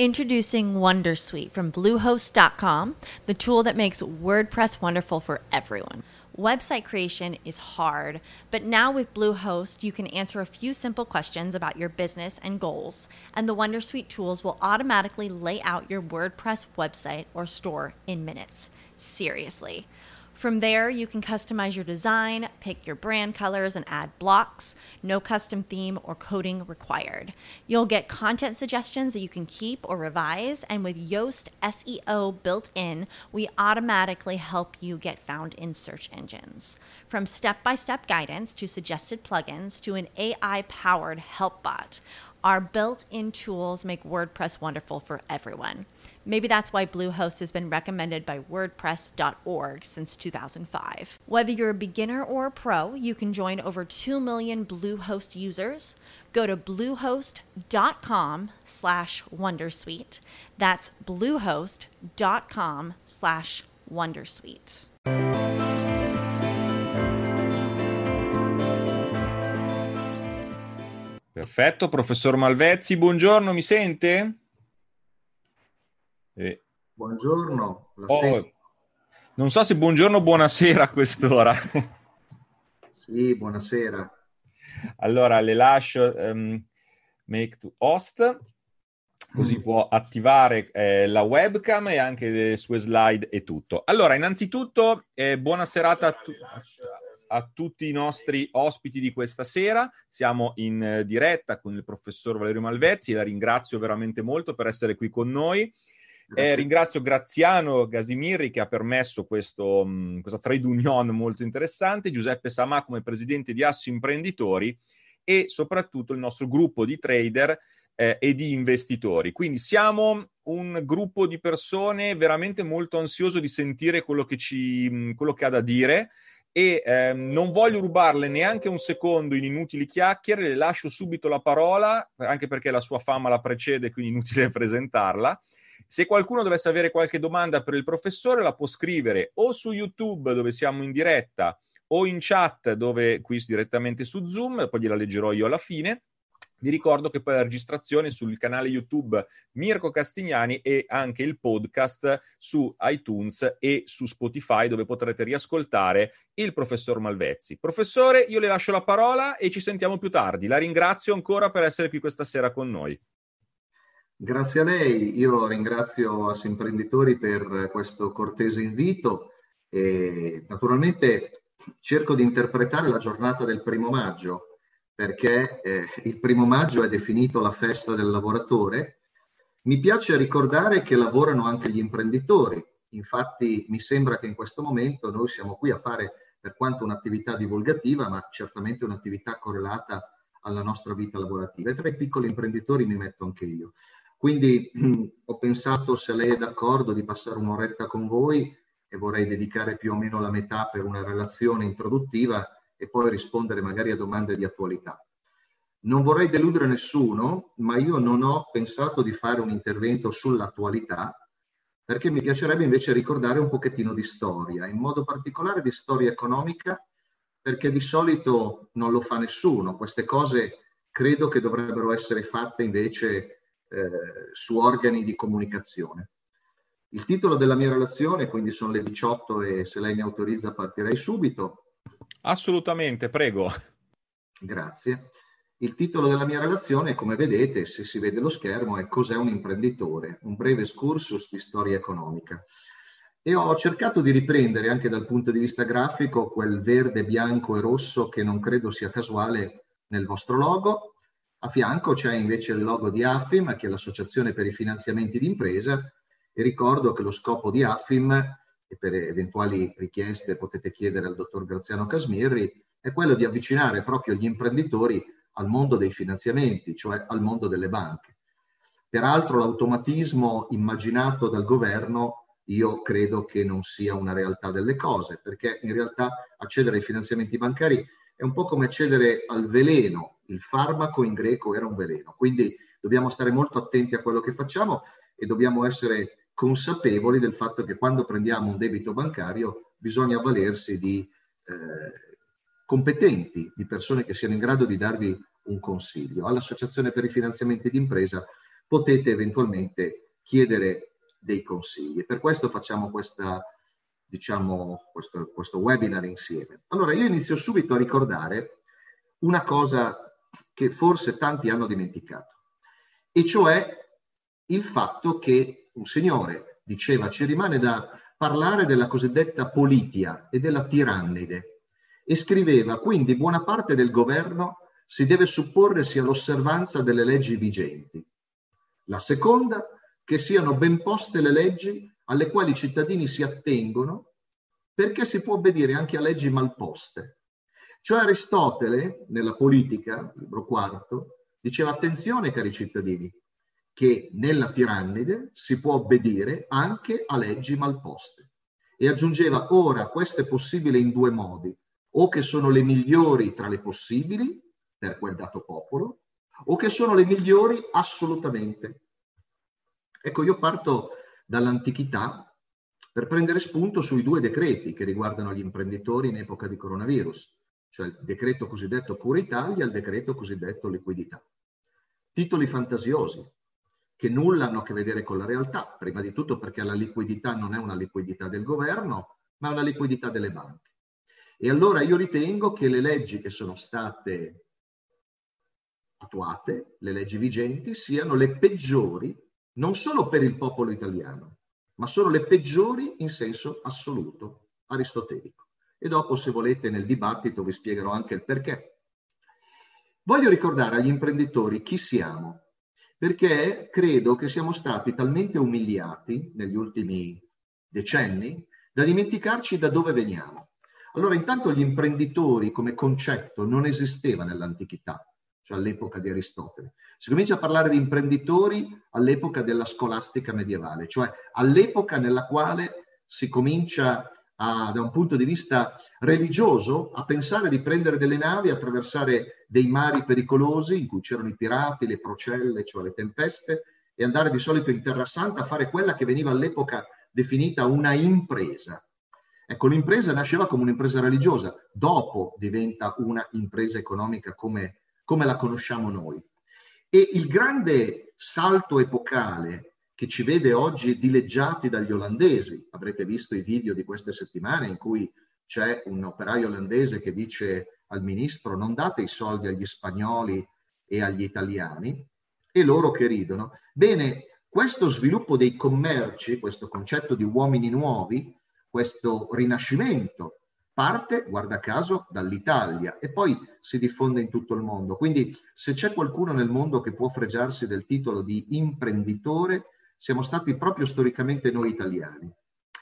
Introducing Wondersuite from Bluehost.com, the tool that makes WordPress wonderful for everyone. Website creation is hard, but now with Bluehost, you can answer a few simple questions about your business and goals, and the Wondersuite tools will automatically lay out your WordPress website or store in minutes. Seriously. From there, you can customize your design, pick your brand colors, and add blocks. No custom theme or coding required. You'll get content suggestions that you can keep or revise, and with Yoast SEO built in, we automatically help you get found in search engines. From step-by-step guidance to suggested plugins to an AI-powered help bot, our built-in tools make WordPress wonderful for everyone. Maybe that's why Bluehost has been recommended by WordPress.org since 2005. Whether you're a beginner or a pro, you can join over 2 million Bluehost users. Go to bluehost.com/wondersuite. That's bluehost.com/wondersuite. Perfetto, professor Malvezzi, buongiorno, mi sente? Buongiorno, la sento. Non so se buongiorno o buonasera a quest'ora. Sì, buonasera. Allora, le lascio make to host, così può attivare la webcam e anche le sue slide e tutto. Allora, innanzitutto, buona serata a tutti i nostri ospiti di questa sera. Siamo in diretta con il professor Valerio Malvezzi e la ringrazio veramente molto per essere qui con noi. Ringrazio Graziano Gasimirri che ha permesso questa trade union molto interessante, Giuseppe Samà come presidente di Asso Imprenditori e soprattutto il nostro gruppo di trader e di investitori. Quindi siamo un gruppo di persone veramente molto ansioso di sentire quello che ha da dire e non voglio rubarle neanche un secondo in inutili chiacchiere, le lascio subito la parola, anche perché la sua fama la precede, quindi inutile presentarla. Se qualcuno dovesse avere qualche domanda per il professore la può scrivere o su YouTube dove siamo in diretta o in chat dove qui direttamente su Zoom, poi gliela leggerò io alla fine. Vi ricordo che poi la registrazione sul canale YouTube Mirko Castignani e anche il podcast su iTunes e su Spotify dove potrete riascoltare il professor Malvezzi. Professore, io le lascio la parola e ci sentiamo più tardi. La ringrazio ancora per essere qui questa sera con noi. Grazie a lei, io ringrazio Asso Imprenditori per questo cortese invito e naturalmente cerco di interpretare la giornata del 1° maggio perché il 1° maggio è definito la festa del lavoratore. Mi piace ricordare che lavorano anche gli imprenditori, infatti mi sembra che in questo momento noi siamo qui a fare per quanto un'attività divulgativa, ma certamente un'attività correlata alla nostra vita lavorativa e tra i piccoli imprenditori mi metto anche io. Quindi ho pensato, se lei è d'accordo, di passare un'oretta con voi e vorrei dedicare più o meno la metà per una relazione introduttiva e poi rispondere magari a domande di attualità. Non vorrei deludere nessuno, ma io non ho pensato di fare un intervento sull'attualità perché mi piacerebbe invece ricordare un pochettino di storia, in modo particolare di storia economica, perché di solito non lo fa nessuno. Queste cose credo che dovrebbero essere fatte invece su organi di comunicazione. Il titolo della mia relazione, quindi sono le 18 e se lei mi autorizza partirei subito. Assolutamente, prego. Grazie. Il titolo della mia relazione, come vedete, se si vede lo schermo, è Cos'è un imprenditore? Un breve excursus di storia economica. E ho cercato di riprendere anche dal punto di vista grafico quel verde, bianco e rosso che non credo sia casuale nel vostro logo. A fianco c'è invece il logo di AFIM, che è l'Associazione per i Finanziamenti d'Impresa, e ricordo che lo scopo di AFIM, e per eventuali richieste potete chiedere al dottor Graziano Casmirri, è quello di avvicinare proprio gli imprenditori al mondo dei finanziamenti, cioè al mondo delle banche. Peraltro l'automatismo immaginato dal governo io credo che non sia una realtà delle cose, perché in realtà accedere ai finanziamenti bancari è un po' come accedere al veleno. Il farmaco in greco era un veleno, quindi dobbiamo stare molto attenti a quello che facciamo e dobbiamo essere consapevoli del fatto che quando prendiamo un debito bancario bisogna avvalersi di competenti, di persone che siano in grado di darvi un consiglio. All'Associazione per i Finanziamenti d'Impresa potete eventualmente chiedere dei consigli. E per questo facciamo questo webinar insieme. Allora, io inizio subito a ricordare una cosa che forse tanti hanno dimenticato, e cioè il fatto che un signore diceva: ci rimane da parlare della cosiddetta politia e della tirannide, e scriveva: quindi buona parte del governo si deve supporre sia l'osservanza delle leggi vigenti. La seconda, che siano ben poste le leggi alle quali i cittadini si attengono, perché si può obbedire anche a leggi mal poste. Cioè Aristotele, nella Politica, libro quarto, diceva: attenzione cari cittadini, che nella tirannide si può obbedire anche a leggi mal poste. E aggiungeva: ora questo è possibile in due modi, o che sono le migliori tra le possibili per quel dato popolo, o che sono le migliori assolutamente. Ecco, io parto dall'antichità per prendere spunto sui due decreti che riguardano gli imprenditori in epoca di coronavirus, cioè il decreto cosiddetto Cura Italia e il decreto cosiddetto liquidità. Titoli fantasiosi che nulla hanno a che vedere con la realtà, prima di tutto perché la liquidità non è una liquidità del governo, ma una liquidità delle banche. E allora io ritengo che le leggi che sono state attuate, le leggi vigenti, siano le peggiori, non solo per il popolo italiano, ma sono le peggiori in senso assoluto, aristotelico. E dopo, se volete, nel dibattito vi spiegherò anche il perché. Voglio ricordare agli imprenditori chi siamo, perché credo che siamo stati talmente umiliati negli ultimi decenni da dimenticarci da dove veniamo. Allora, intanto gli imprenditori come concetto non esisteva nell'antichità, cioè all'epoca di Aristotele. Si comincia a parlare di imprenditori all'epoca della scolastica medievale, cioè all'epoca nella quale si comincia da un punto di vista religioso a pensare di prendere delle navi, attraversare dei mari pericolosi in cui c'erano i pirati, le procelle, cioè le tempeste, e andare di solito in Terra Santa a fare quella che veniva all'epoca definita una impresa. Ecco, l'impresa nasceva come un'impresa religiosa, dopo diventa una impresa economica come la conosciamo noi. E il grande salto epocale che ci vede oggi dileggiati dagli olandesi, avrete visto i video di queste settimane in cui c'è un operaio olandese che dice al ministro: non date i soldi agli spagnoli e agli italiani, e loro che ridono. Bene, questo sviluppo dei commerci, questo concetto di uomini nuovi, questo rinascimento parte, guarda caso, dall'Italia e poi si diffonde in tutto il mondo. Quindi se c'è qualcuno nel mondo che può fregiarsi del titolo di imprenditore, siamo stati proprio storicamente noi italiani.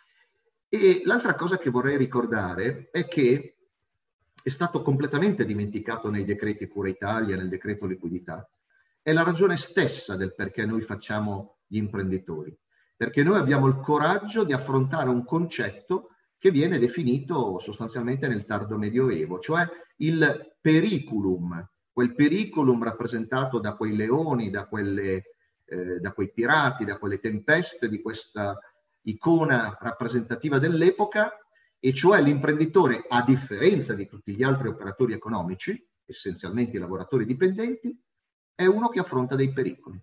E l'altra cosa che vorrei ricordare è che è stato completamente dimenticato nei decreti Cura Italia, nel decreto liquidità, è la ragione stessa del perché noi facciamo gli imprenditori. Perché noi abbiamo il coraggio di affrontare un concetto che viene definito sostanzialmente nel tardo medioevo, cioè il periculum, quel periculum rappresentato da quei leoni, da quei pirati, da quelle tempeste, di questa icona rappresentativa dell'epoca, e cioè l'imprenditore, a differenza di tutti gli altri operatori economici, essenzialmente i lavoratori dipendenti, è uno che affronta dei pericoli.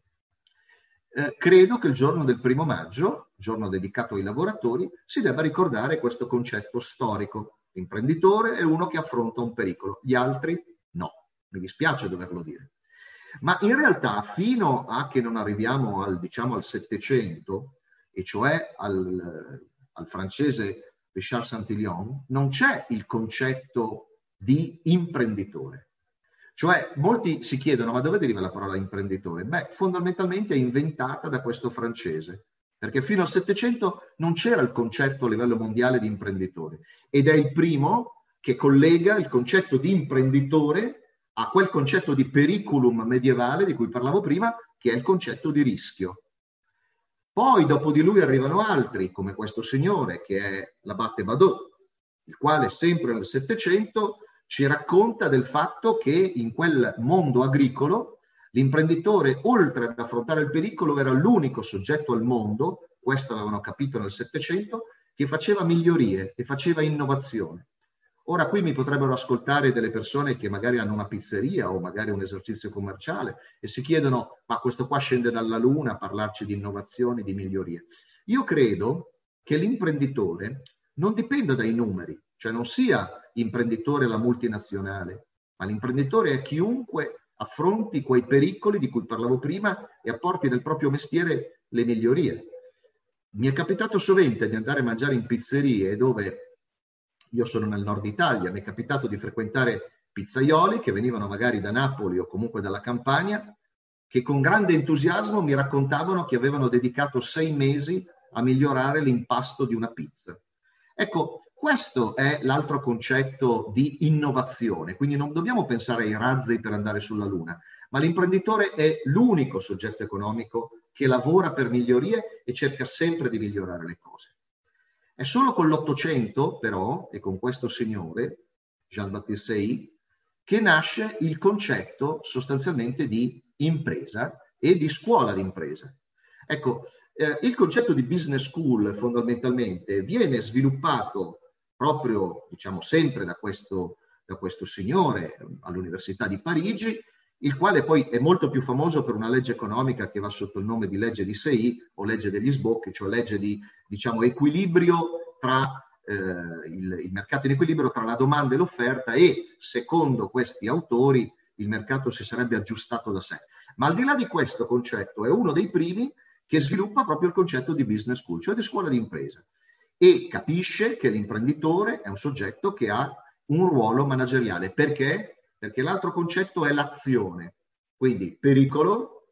Credo che il giorno del 1° maggio, giorno dedicato ai lavoratori, si debba ricordare questo concetto storico. L'imprenditore è uno che affronta un pericolo, gli altri no. Mi dispiace doverlo dire. Ma in realtà, fino a che non arriviamo al 700, e cioè al francese Richard Saint-Élion, non c'è il concetto di imprenditore. Cioè, molti si chiedono: ma dove deriva la parola imprenditore? Beh, fondamentalmente è inventata da questo francese, perché fino al 700 non c'era il concetto a livello mondiale di imprenditore, ed è il primo che collega il concetto di imprenditore a quel concetto di periculum medievale di cui parlavo prima, che è il concetto di rischio. Poi dopo di lui arrivano altri, come questo signore che è l'abate Baudot, il quale sempre nel 700 ci racconta del fatto che in quel mondo agricolo l'imprenditore, oltre ad affrontare il pericolo, era l'unico soggetto al mondo, questo avevano capito nel 700, che faceva migliorie, che faceva innovazione. Ora qui mi potrebbero ascoltare delle persone che magari hanno una pizzeria o magari un esercizio commerciale e si chiedono: ma questo qua scende dalla luna a parlarci di innovazioni, di migliorie. Io credo che l'imprenditore non dipenda dai numeri, cioè non sia imprenditore la multinazionale, ma l'imprenditore è chiunque affronti quei pericoli di cui parlavo prima e apporti nel proprio mestiere le migliorie. Mi è capitato sovente di andare a mangiare in pizzerie dove, io sono nel nord Italia, mi è capitato di frequentare pizzaioli che venivano magari da Napoli o comunque dalla Campania, che con grande entusiasmo mi raccontavano che avevano dedicato 6 mesi a migliorare l'impasto di una pizza. Ecco, questo è l'altro concetto di innovazione, quindi non dobbiamo pensare ai razzi per andare sulla Luna, ma l'imprenditore è l'unico soggetto economico che lavora per migliorie e cerca sempre di migliorare le cose. È solo con l'Ottocento, però, e con questo signore, Jean-Baptiste Say, che nasce il concetto sostanzialmente di impresa e di scuola d'impresa. Ecco, il concetto di business school fondamentalmente viene sviluppato proprio, diciamo, sempre da questo signore all'Università di Parigi, il quale poi è molto più famoso per una legge economica che va sotto il nome di legge di Say o legge degli sbocchi, cioè legge di, diciamo, equilibrio tra il mercato in equilibrio tra la domanda e l'offerta, e secondo questi autori il mercato si sarebbe aggiustato da sé. Ma al di là di questo concetto è uno dei primi che sviluppa proprio il concetto di business school, cioè di scuola di impresa, e capisce che l'imprenditore è un soggetto che ha un ruolo manageriale. Perché? Perché l'altro concetto è l'azione, quindi pericolo,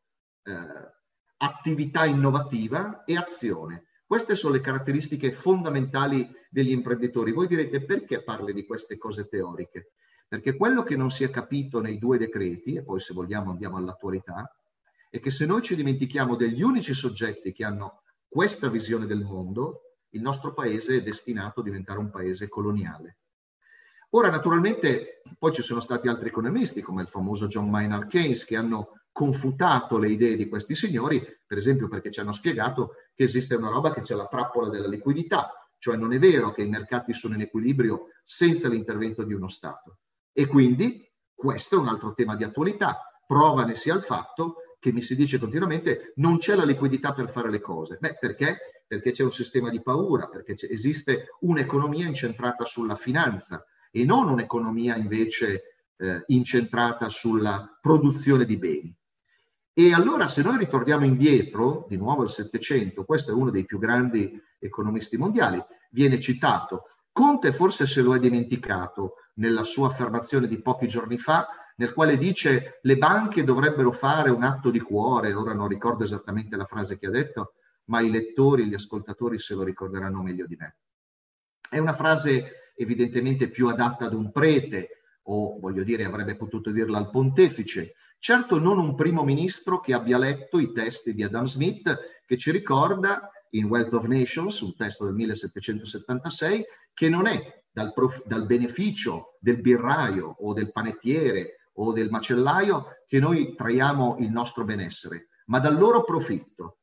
attività innovativa e azione. Queste sono le caratteristiche fondamentali degli imprenditori. Voi direte: perché parli di queste cose teoriche? Perché quello che non si è capito nei 2 decreti, e poi se vogliamo andiamo all'attualità, è che se noi ci dimentichiamo degli unici soggetti che hanno questa visione del mondo, il nostro paese è destinato a diventare un paese coloniale. Ora, naturalmente, poi ci sono stati altri economisti, come il famoso John Maynard Keynes, che hanno confutato le idee di questi signori, per esempio perché ci hanno spiegato che esiste una roba che c'è la trappola della liquidità, cioè non è vero che i mercati sono in equilibrio senza l'intervento di uno Stato. E quindi questo è un altro tema di attualità. Prova ne sia il fatto che mi si dice continuamente: non c'è la liquidità per fare le cose. Beh, perché? Perché c'è un sistema di paura, perché esiste un'economia incentrata sulla finanza e non un'economia invece incentrata sulla produzione di beni. E allora, se noi ritorniamo indietro, di nuovo al Settecento, questo è uno dei più grandi economisti mondiali, viene citato. Conte forse se lo è dimenticato nella sua affermazione di pochi giorni fa, nel quale dice: le banche dovrebbero fare un atto di cuore. Ora non ricordo esattamente la frase che ha detto, ma i lettori, gli ascoltatori se lo ricorderanno meglio di me. È una frase evidentemente più adatta ad un prete, o voglio dire, avrebbe potuto dirla al pontefice. Certo non un primo ministro che abbia letto i testi di Adam Smith, che ci ricorda in Wealth of Nations, un testo del 1776, che non è dal beneficio del birraio o del panettiere o del macellaio che noi traiamo il nostro benessere, ma dal loro profitto.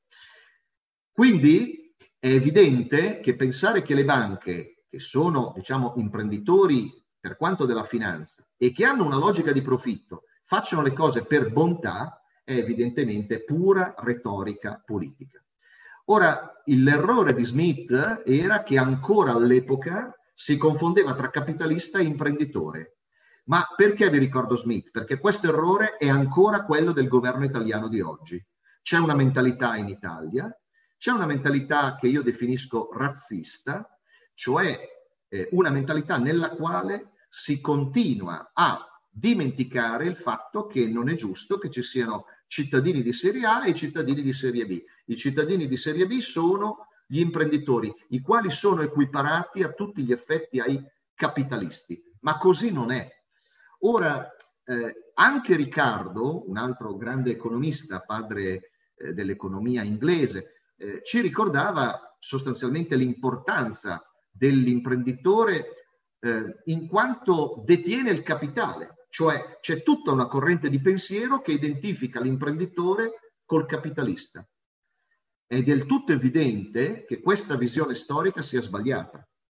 Quindi è evidente che pensare che le banche, che sono, diciamo, imprenditori per quanto della finanza e che hanno una logica di profitto, facciano le cose per bontà, è evidentemente pura retorica politica. Ora, l'errore di Smith era che ancora all'epoca si confondeva tra capitalista e imprenditore. Ma perché vi ricordo Smith? Perché questo errore è ancora quello del governo italiano di oggi. C'è una mentalità in Italia, c'è una mentalità che io definisco razzista, cioè una mentalità nella quale si continua a dimenticare il fatto che non è giusto che ci siano cittadini di serie A e cittadini di serie B. I cittadini di serie B sono gli imprenditori, i quali sono equiparati a tutti gli effetti ai capitalisti, ma così non è. Ora, anche Riccardo, un altro grande economista, padre dell'economia inglese, ci ricordava sostanzialmente l'importanza dell'imprenditore in quanto detiene il capitale, cioè c'è tutta una corrente di pensiero che identifica l'imprenditore col capitalista. È del tutto evidente che questa visione storica sia sbagliata.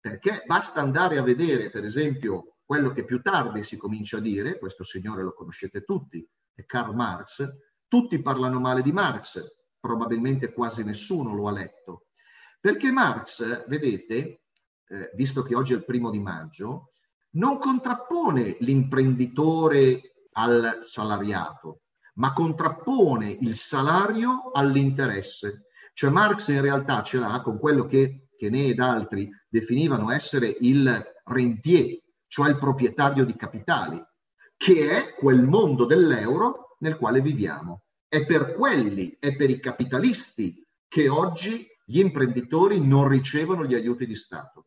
perché basta andare a vedere, per esempio, quello che più tardi si comincia a dire, questo signore lo conoscete tutti, è Karl Marx, tutti parlano male di Marx, probabilmente quasi nessuno lo ha letto, perché Marx, vedete, visto che oggi è il 1° maggio, non contrappone l'imprenditore al salariato, ma contrappone il salario all'interesse. Cioè Marx in realtà ce l'ha con quello che ne ed altri definivano essere il rentier, cioè il proprietario di capitali, che è quel mondo dell'euro nel quale viviamo. È per quelli, è per i capitalisti che oggi gli imprenditori non ricevono gli aiuti di Stato.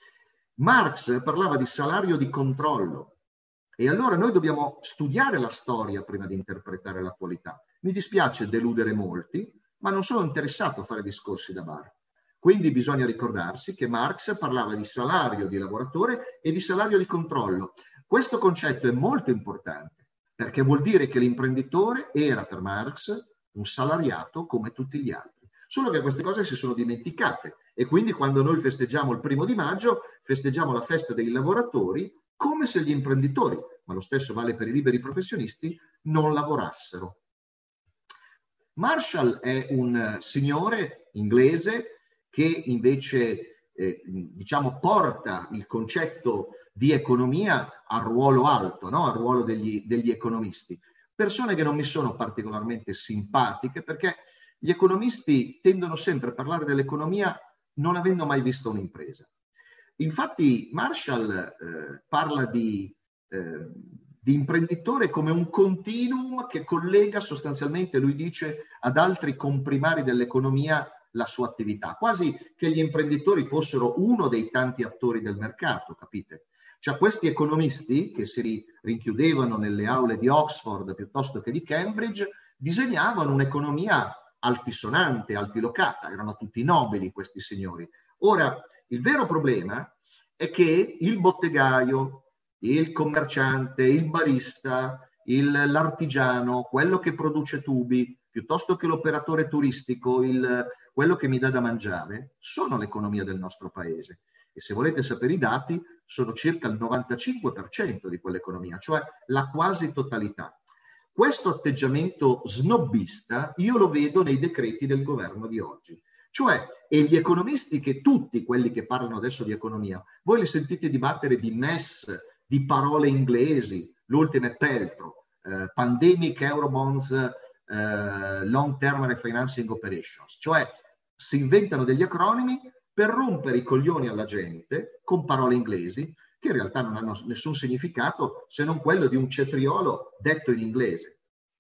Marx parlava di salario di controllo e allora noi dobbiamo studiare la storia prima di interpretare l'attualità. Mi dispiace deludere molti, ma non sono interessato a fare discorsi da bar. Quindi bisogna ricordarsi che Marx parlava di salario di lavoratore e di salario di controllo. Questo concetto è molto importante perché vuol dire che l'imprenditore era per Marx un salariato come tutti gli altri. Solo che queste cose si sono dimenticate e quindi quando noi festeggiamo il 1° maggio festeggiamo la festa dei lavoratori come se gli imprenditori, ma lo stesso vale per i liberi professionisti, non lavorassero. Marshall è un signore inglese che invece diciamo porta il concetto di economia a ruolo alto, no? A ruolo degli economisti. Persone che non mi sono particolarmente simpatiche perché gli economisti tendono sempre a parlare dell'economia non avendo mai visto un'impresa. Infatti Marshall parla di imprenditore come un continuum che collega sostanzialmente, lui dice, ad altri comprimari dell'economia la sua attività, quasi che gli imprenditori fossero uno dei tanti attori del mercato, capite? Cioè questi economisti che si rinchiudevano nelle aule di Oxford piuttosto che di Cambridge disegnavano un'economia altisonante, altilocata, erano tutti nobili questi signori. Ora, il vero problema è che il bottegaio, il commerciante, il barista, l'artigiano, quello che produce tubi, piuttosto che l'operatore turistico, quello che mi dà da mangiare, sono l'economia del nostro paese. E se volete sapere i dati, sono circa il 95% di quell'economia, cioè la quasi totalità. Questo atteggiamento snobbista io lo vedo nei decreti del governo di oggi. Cioè, e gli economisti che tutti quelli che parlano adesso di economia, voi li sentite dibattere di MES, di parole inglesi, l'ultima è Peltro, Pandemic Eurobonds, Long Term Refinancing Operations, cioè si inventano degli acronimi per rompere i coglioni alla gente con parole inglesi che in realtà non hanno nessun significato se non quello di un cetriolo detto in inglese.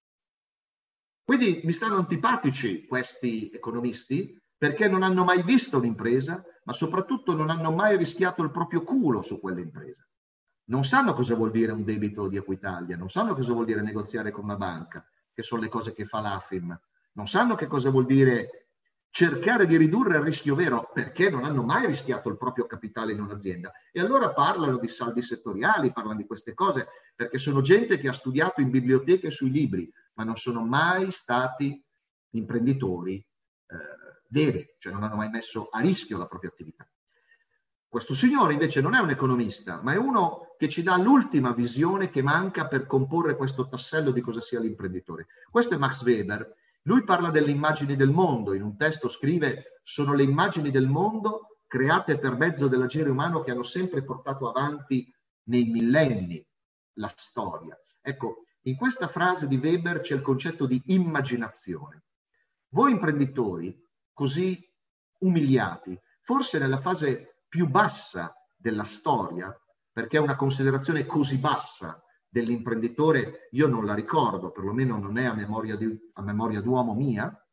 Quindi mi stanno antipatici questi economisti perché non hanno mai visto un'impresa, ma soprattutto non hanno mai rischiato il proprio culo su quell'impresa. Non sanno cosa vuol dire un debito di Equitalia, non sanno cosa vuol dire negoziare con una banca, che sono le cose che fa l'AFIM, non sanno che cosa vuol dire cercare di ridurre il rischio vero perché non hanno mai rischiato il proprio capitale in un'azienda. E allora parlano di saldi settoriali, parlano di queste cose, perché sono gente che ha studiato in biblioteche sui libri, ma non sono mai stati imprenditori veri, cioè non hanno mai messo a rischio la propria attività. Questo signore invece non è un economista, ma è uno che ci dà l'ultima visione che manca per comporre questo tassello di cosa sia l'imprenditore. Questo è Max Weber. Lui parla delle immagini del mondo, in un testo scrive: sono le immagini del mondo create per mezzo dell'agire umano che hanno sempre portato avanti nei millenni la storia. Ecco, in questa frase di Weber c'è il concetto di immaginazione. Voi imprenditori, così umiliati, forse nella fase più bassa della storia, perché una considerazione così bassa dell'imprenditore io non la ricordo, perlomeno non è a memoria d'uomo mia.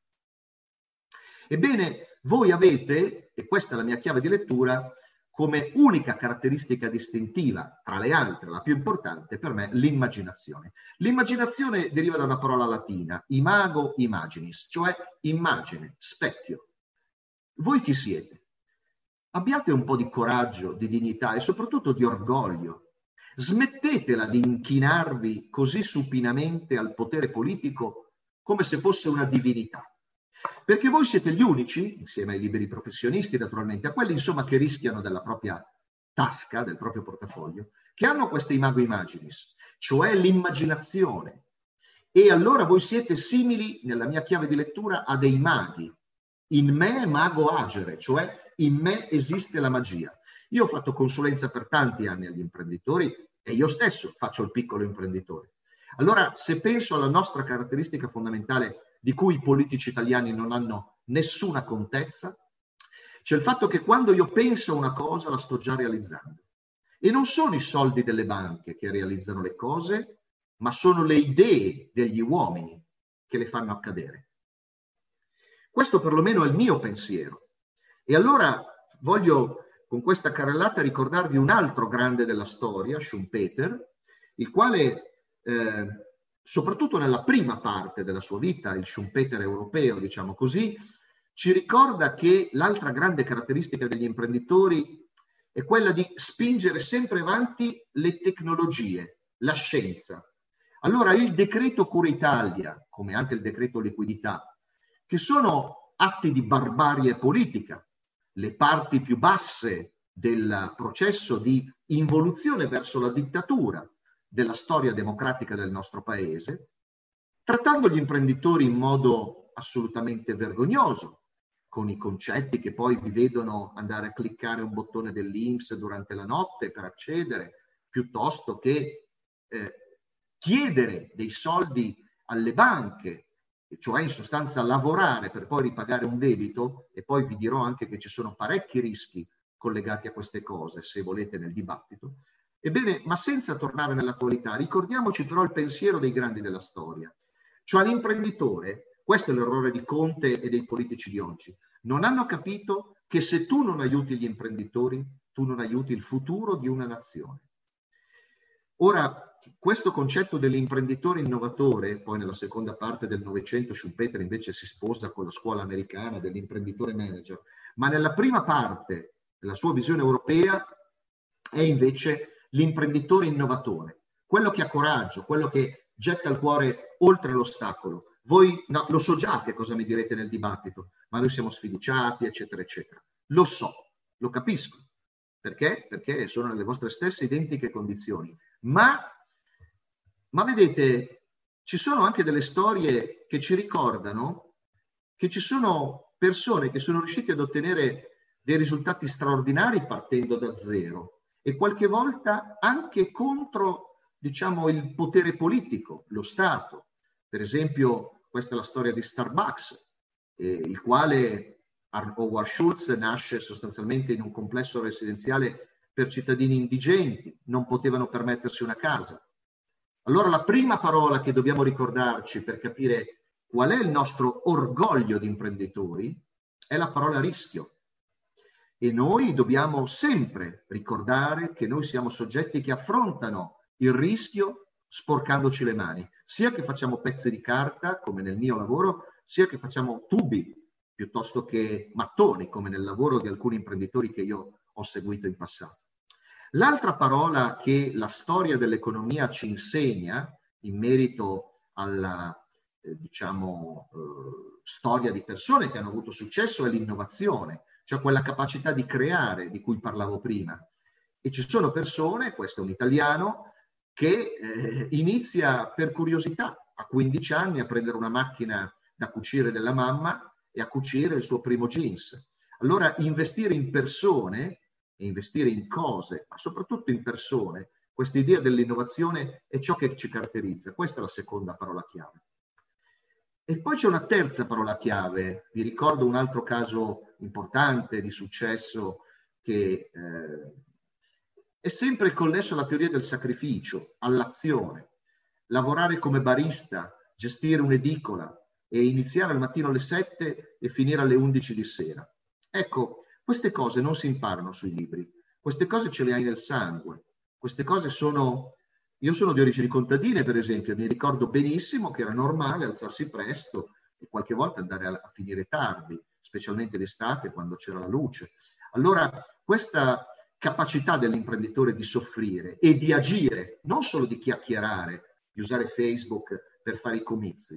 Ebbene, voi avete, e questa è la mia chiave di lettura, come unica caratteristica distintiva, tra le altre, la più importante per me, l'immaginazione. L'immaginazione deriva da una parola latina, imago imaginis, cioè immagine, specchio. Voi chi siete? Abbiate un po' di coraggio, di dignità e soprattutto di orgoglio. Smettetela di inchinarvi così supinamente al potere politico come se fosse una divinità. Perché voi siete gli unici, insieme ai liberi professionisti naturalmente, a quelli insomma che rischiano della propria tasca, del proprio portafoglio, che hanno questa imago imaginis, cioè l'immaginazione. E allora voi siete simili, nella mia chiave di lettura, a dei maghi. In me è mago agere, cioè in me esiste la magia. Io ho fatto consulenza per tanti anni agli imprenditori e io stesso faccio il piccolo imprenditore. Allora, se penso alla nostra caratteristica fondamentale di cui i politici italiani non hanno nessuna contezza, c'è il fatto che quando io penso a una cosa la sto già realizzando. E non sono i soldi delle banche che realizzano le cose, ma sono le idee degli uomini che le fanno accadere. Questo perlomeno è il mio pensiero. E allora voglio con questa carrellata ricordarvi un altro grande della storia, Schumpeter, il quale soprattutto nella prima parte della sua vita, il Schumpeter europeo, diciamo così, ci ricorda che l'altra grande caratteristica degli imprenditori è quella di spingere sempre avanti le tecnologie, la scienza. Allora il decreto Cura Italia, come anche il decreto liquidità, che sono atti di barbarie politica, le parti più basse del processo di involuzione verso la dittatura della storia democratica del nostro paese, trattando gli imprenditori in modo assolutamente vergognoso, con i concetti che poi vi vedono andare a cliccare un bottone dell'INPS durante la notte per accedere, piuttosto che chiedere dei soldi alle banche, cioè in sostanza lavorare per poi ripagare un debito, e poi vi dirò anche che ci sono parecchi rischi collegati a queste cose, se volete, nel dibattito. Ebbene, ma senza tornare nell'attualità, ricordiamoci però il pensiero dei grandi della storia. Cioè l'imprenditore, questo è l'errore di Conte e dei politici di oggi, non hanno capito che se tu non aiuti gli imprenditori, tu non aiuti il futuro di una nazione. Ora, questo concetto dell'imprenditore innovatore, poi nella seconda parte del Novecento Schumpeter invece si sposa con la scuola americana dell'imprenditore manager, ma nella prima parte della sua visione europea è invece l'imprenditore innovatore, quello che ha coraggio, quello che getta il cuore oltre l'ostacolo. Voi no, lo so già che cosa mi direte nel dibattito, ma noi siamo sfiduciati, eccetera, eccetera. Lo so, lo capisco. Perché? Perché sono nelle vostre stesse identiche condizioni. Ma vedete, ci sono anche delle storie che ci ricordano che ci sono persone che sono riuscite ad ottenere dei risultati straordinari partendo da zero e qualche volta anche contro, diciamo, il potere politico, lo Stato. Per esempio, questa è la storia di Starbucks, il quale Howard Schultz nasce sostanzialmente in un complesso residenziale per cittadini indigenti, non potevano permettersi una casa. Allora la prima parola che dobbiamo ricordarci per capire qual è il nostro orgoglio di imprenditori è la parola rischio. E noi dobbiamo sempre ricordare che noi siamo soggetti che affrontano il rischio sporcandoci le mani, sia che facciamo pezzi di carta, come nel mio lavoro, sia che facciamo tubi, piuttosto che mattoni, come nel lavoro di alcuni imprenditori che io ho seguito in passato. L'altra parola che la storia dell'economia ci insegna in merito alla, storia di persone che hanno avuto successo è l'innovazione, cioè quella capacità di creare di cui parlavo prima. E ci sono persone, questo è un italiano, che inizia per curiosità a 15 anni a prendere una macchina da cucire della mamma e a cucire il suo primo jeans. Allora investire in persone e investire in cose, ma soprattutto in persone, questa idea dell'innovazione è ciò che ci caratterizza. Questa è la seconda parola chiave. E poi c'è una terza parola chiave. Vi ricordo un altro caso importante di successo che è sempre connesso alla teoria del sacrificio, all'azione. Lavorare come barista, gestire un'edicola e iniziare al mattino alle 7 e finire alle 11 di sera. Ecco, queste cose non si imparano sui libri, queste cose ce le hai nel sangue, queste cose sono... Io sono di origini contadine, per esempio, mi ricordo benissimo che era normale alzarsi presto e qualche volta andare a finire tardi, specialmente d'estate quando c'era la luce. Allora, questa capacità dell'imprenditore di soffrire e di agire, non solo di chiacchierare, di usare Facebook per fare i comizi,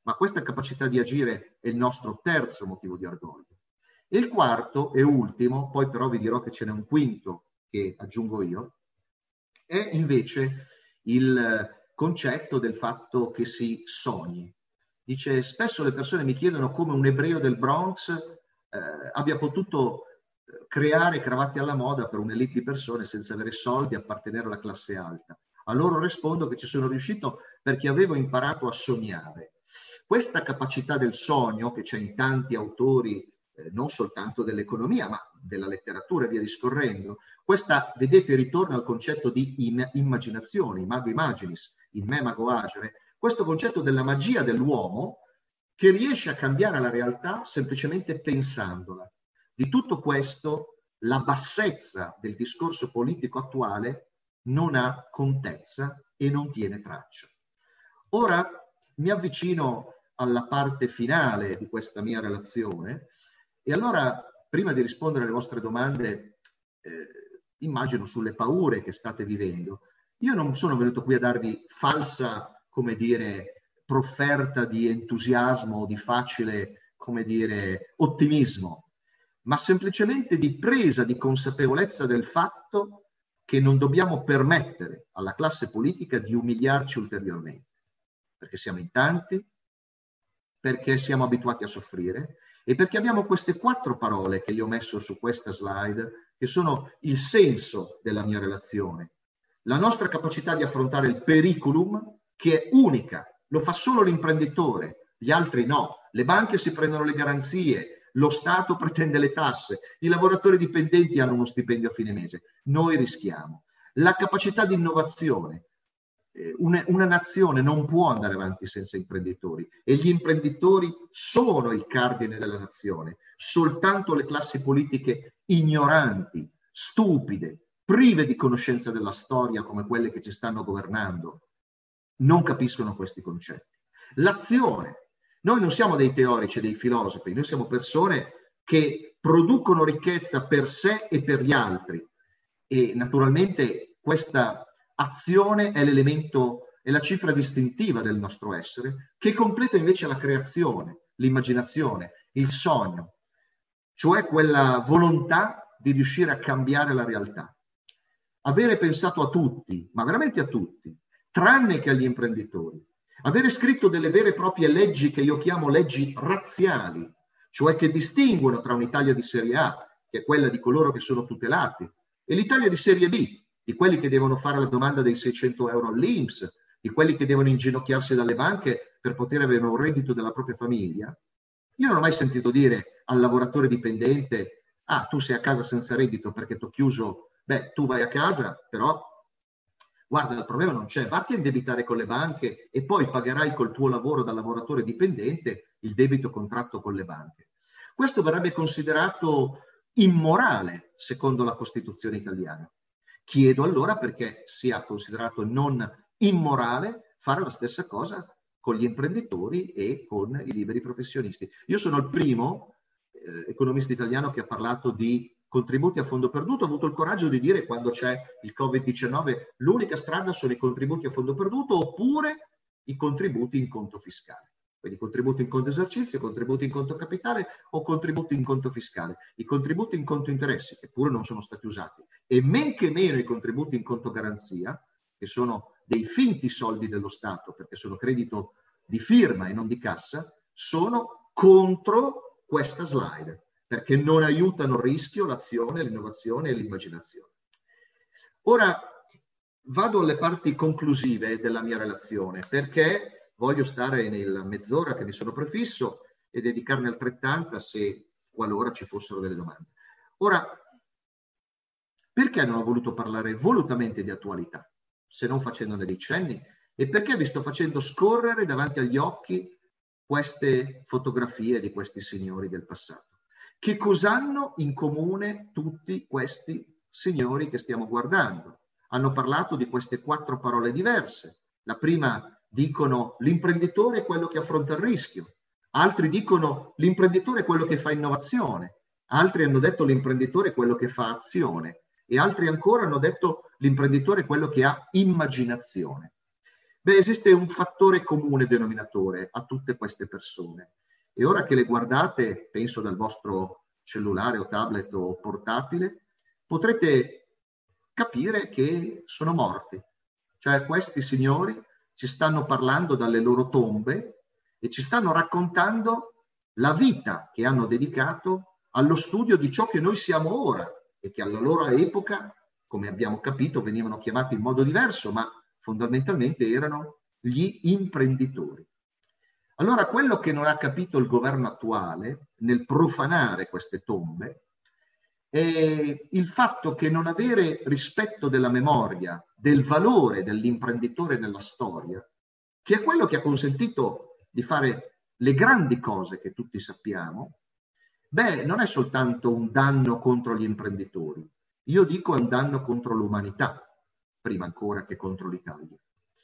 ma questa capacità di agire è il nostro terzo motivo di orgoglio. E il quarto e ultimo, poi però vi dirò che ce n'è un quinto che aggiungo io, è invece il concetto del fatto che si sogni. Dice, spesso le persone mi chiedono come un ebreo del Bronx abbia potuto creare cravatte alla moda per un'elite di persone senza avere soldi e appartenere alla classe alta. A loro rispondo che ci sono riuscito perché avevo imparato a sognare. Questa capacità del sogno che c'è in tanti autori, non soltanto dell'economia, ma della letteratura e via discorrendo, questa, vedete, ritorna al concetto di immaginazione, imago imaginis, in me mago agere, questo concetto della magia dell'uomo che riesce a cambiare la realtà semplicemente pensandola. Di tutto questo, la bassezza del discorso politico attuale non ha contezza e non tiene traccia. Ora mi avvicino alla parte finale di questa mia relazione e allora, prima di rispondere alle vostre domande, immagino sulle paure che state vivendo, io non sono venuto qui a darvi falsa, come dire, profferta di entusiasmo o di facile, come dire, ottimismo, ma semplicemente di presa di consapevolezza del fatto che non dobbiamo permettere alla classe politica di umiliarci ulteriormente, perché siamo in tanti, perché siamo abituati a soffrire e perché abbiamo queste 4 parole che io ho messo su questa slide, che sono il senso della mia relazione. La nostra capacità di affrontare il periculum, che è unica, lo fa solo l'imprenditore, gli altri no. Le banche si prendono le garanzie, lo Stato pretende le tasse, i lavoratori dipendenti hanno uno stipendio a fine mese, noi rischiamo. La capacità di innovazione. Una nazione non può andare avanti senza imprenditori e gli imprenditori sono il cardine della nazione. Soltanto le classi politiche ignoranti, stupide, prive di conoscenza della storia come quelle che ci stanno governando, non capiscono questi concetti. L'azione. Noi non siamo dei teorici, dei filosofi, noi siamo persone che producono ricchezza per sé e per gli altri e naturalmente questa azione è l'elemento, è la cifra distintiva del nostro essere, che completa invece la creazione, l'immaginazione, il sogno, cioè quella volontà di riuscire a cambiare la realtà. Avere pensato a tutti, ma veramente a tutti, tranne che agli imprenditori, avere scritto delle vere e proprie leggi che io chiamo leggi razziali, cioè che distinguono tra un'Italia di serie A, che è quella di coloro che sono tutelati, e l'Italia di serie B, di quelli che devono fare la domanda dei 600 euro all'INPS, di quelli che devono inginocchiarsi dalle banche per poter avere un reddito della propria famiglia. Io non ho mai sentito dire al lavoratore dipendente: ah, tu sei a casa senza reddito perché ti ho chiuso. Beh, tu vai a casa, però guarda, il problema non c'è, vatti a indebitare con le banche e poi pagherai col tuo lavoro da lavoratore dipendente il debito contratto con le banche. Questo verrebbe considerato immorale secondo la Costituzione italiana. Chiedo allora perché sia considerato non immorale fare la stessa cosa con gli imprenditori e con i liberi professionisti. Io sono il primo economista italiano che ha parlato di contributi a fondo perduto. Ho avuto il coraggio di dire, quando c'è il Covid-19, l'unica strada sono i contributi a fondo perduto oppure i contributi in conto fiscale. Quindi contributi in conto esercizio, contributi in conto capitale o contributi in conto fiscale. I contributi in conto interessi, che pure non sono stati usati, e men che meno i contributi in conto garanzia, che sono dei finti soldi dello Stato, perché sono credito di firma e non di cassa, sono contro questa slide, perché non aiutano il rischio, l'azione, l'innovazione e l'immaginazione. Ora vado alle parti conclusive della mia relazione, perché voglio stare nella mezz'ora che mi sono prefisso e dedicarne altrettanta se qualora ci fossero delle domande. Ora, perché non ho voluto parlare volutamente di attualità, se non facendone dei cenni, e perché vi sto facendo scorrere davanti agli occhi queste fotografie di questi signori del passato? Che cos'hanno in comune tutti questi signori che stiamo guardando? Hanno parlato di queste 4 parole diverse. La prima dicono l'imprenditore è quello che affronta il rischio, altri dicono l'imprenditore è quello che fa innovazione, altri hanno detto l'imprenditore è quello che fa azione e altri ancora hanno detto l'imprenditore è quello che ha immaginazione. Beh, esiste un fattore comune denominatore a tutte queste persone. E ora che le guardate, penso dal vostro cellulare o tablet o portatile, potrete capire che sono morti. Cioè questi signori ci stanno parlando dalle loro tombe e ci stanno raccontando la vita che hanno dedicato allo studio di ciò che noi siamo ora e che alla loro epoca, come abbiamo capito, venivano chiamati in modo diverso, ma fondamentalmente erano gli imprenditori. Allora, quello che non ha capito il governo attuale nel profanare queste tombe è il fatto che non avere rispetto della memoria, del valore dell'imprenditore nella storia, che è quello che ha consentito di fare le grandi cose che tutti sappiamo, beh, non è soltanto un danno contro gli imprenditori, io dico è un danno contro l'umanità, prima ancora che contro l'Italia.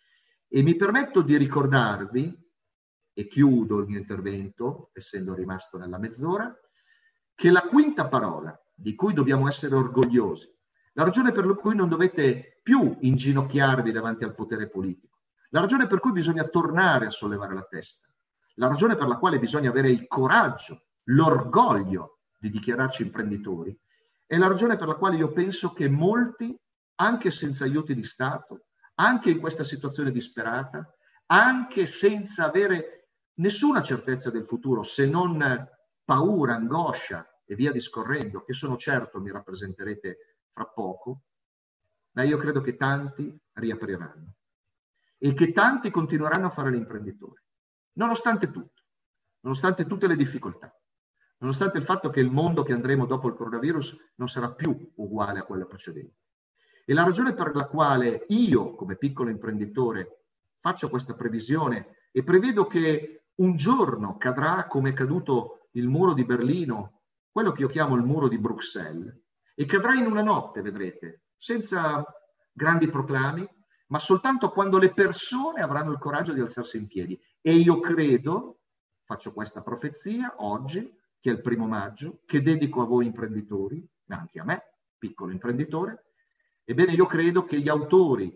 E mi permetto di ricordarvi, e chiudo il mio intervento, essendo rimasto nella mezz'ora, che la quinta parola di cui dobbiamo essere orgogliosi, la ragione per cui non dovete più inginocchiarvi davanti al potere politico, la ragione per cui bisogna tornare a sollevare la testa, la ragione per la quale bisogna avere il coraggio, l'orgoglio di dichiararci imprenditori, è la ragione per la quale io penso che molti, anche senza aiuti di Stato, anche in questa situazione disperata, anche senza avere nessuna certezza del futuro, se non paura, angoscia e via discorrendo, che sono certo mi rappresenterete fra poco, ma io credo che tanti riapriranno e che tanti continueranno a fare l'imprenditore, nonostante tutto, nonostante tutte le difficoltà, nonostante il fatto che il mondo che andremo dopo il coronavirus non sarà più uguale a quello precedente. E la ragione per la quale io, come piccolo imprenditore, faccio questa previsione e prevedo che un giorno cadrà come è caduto il muro di Berlino, quello che io chiamo il muro di Bruxelles, e cadrà in una notte, vedrete, senza grandi proclami, ma soltanto quando le persone avranno il coraggio di alzarsi in piedi. E io credo, faccio questa profezia oggi, che è il 1° maggio, che dedico a voi imprenditori, ma anche a me, piccolo imprenditore. Ebbene, io credo che gli autori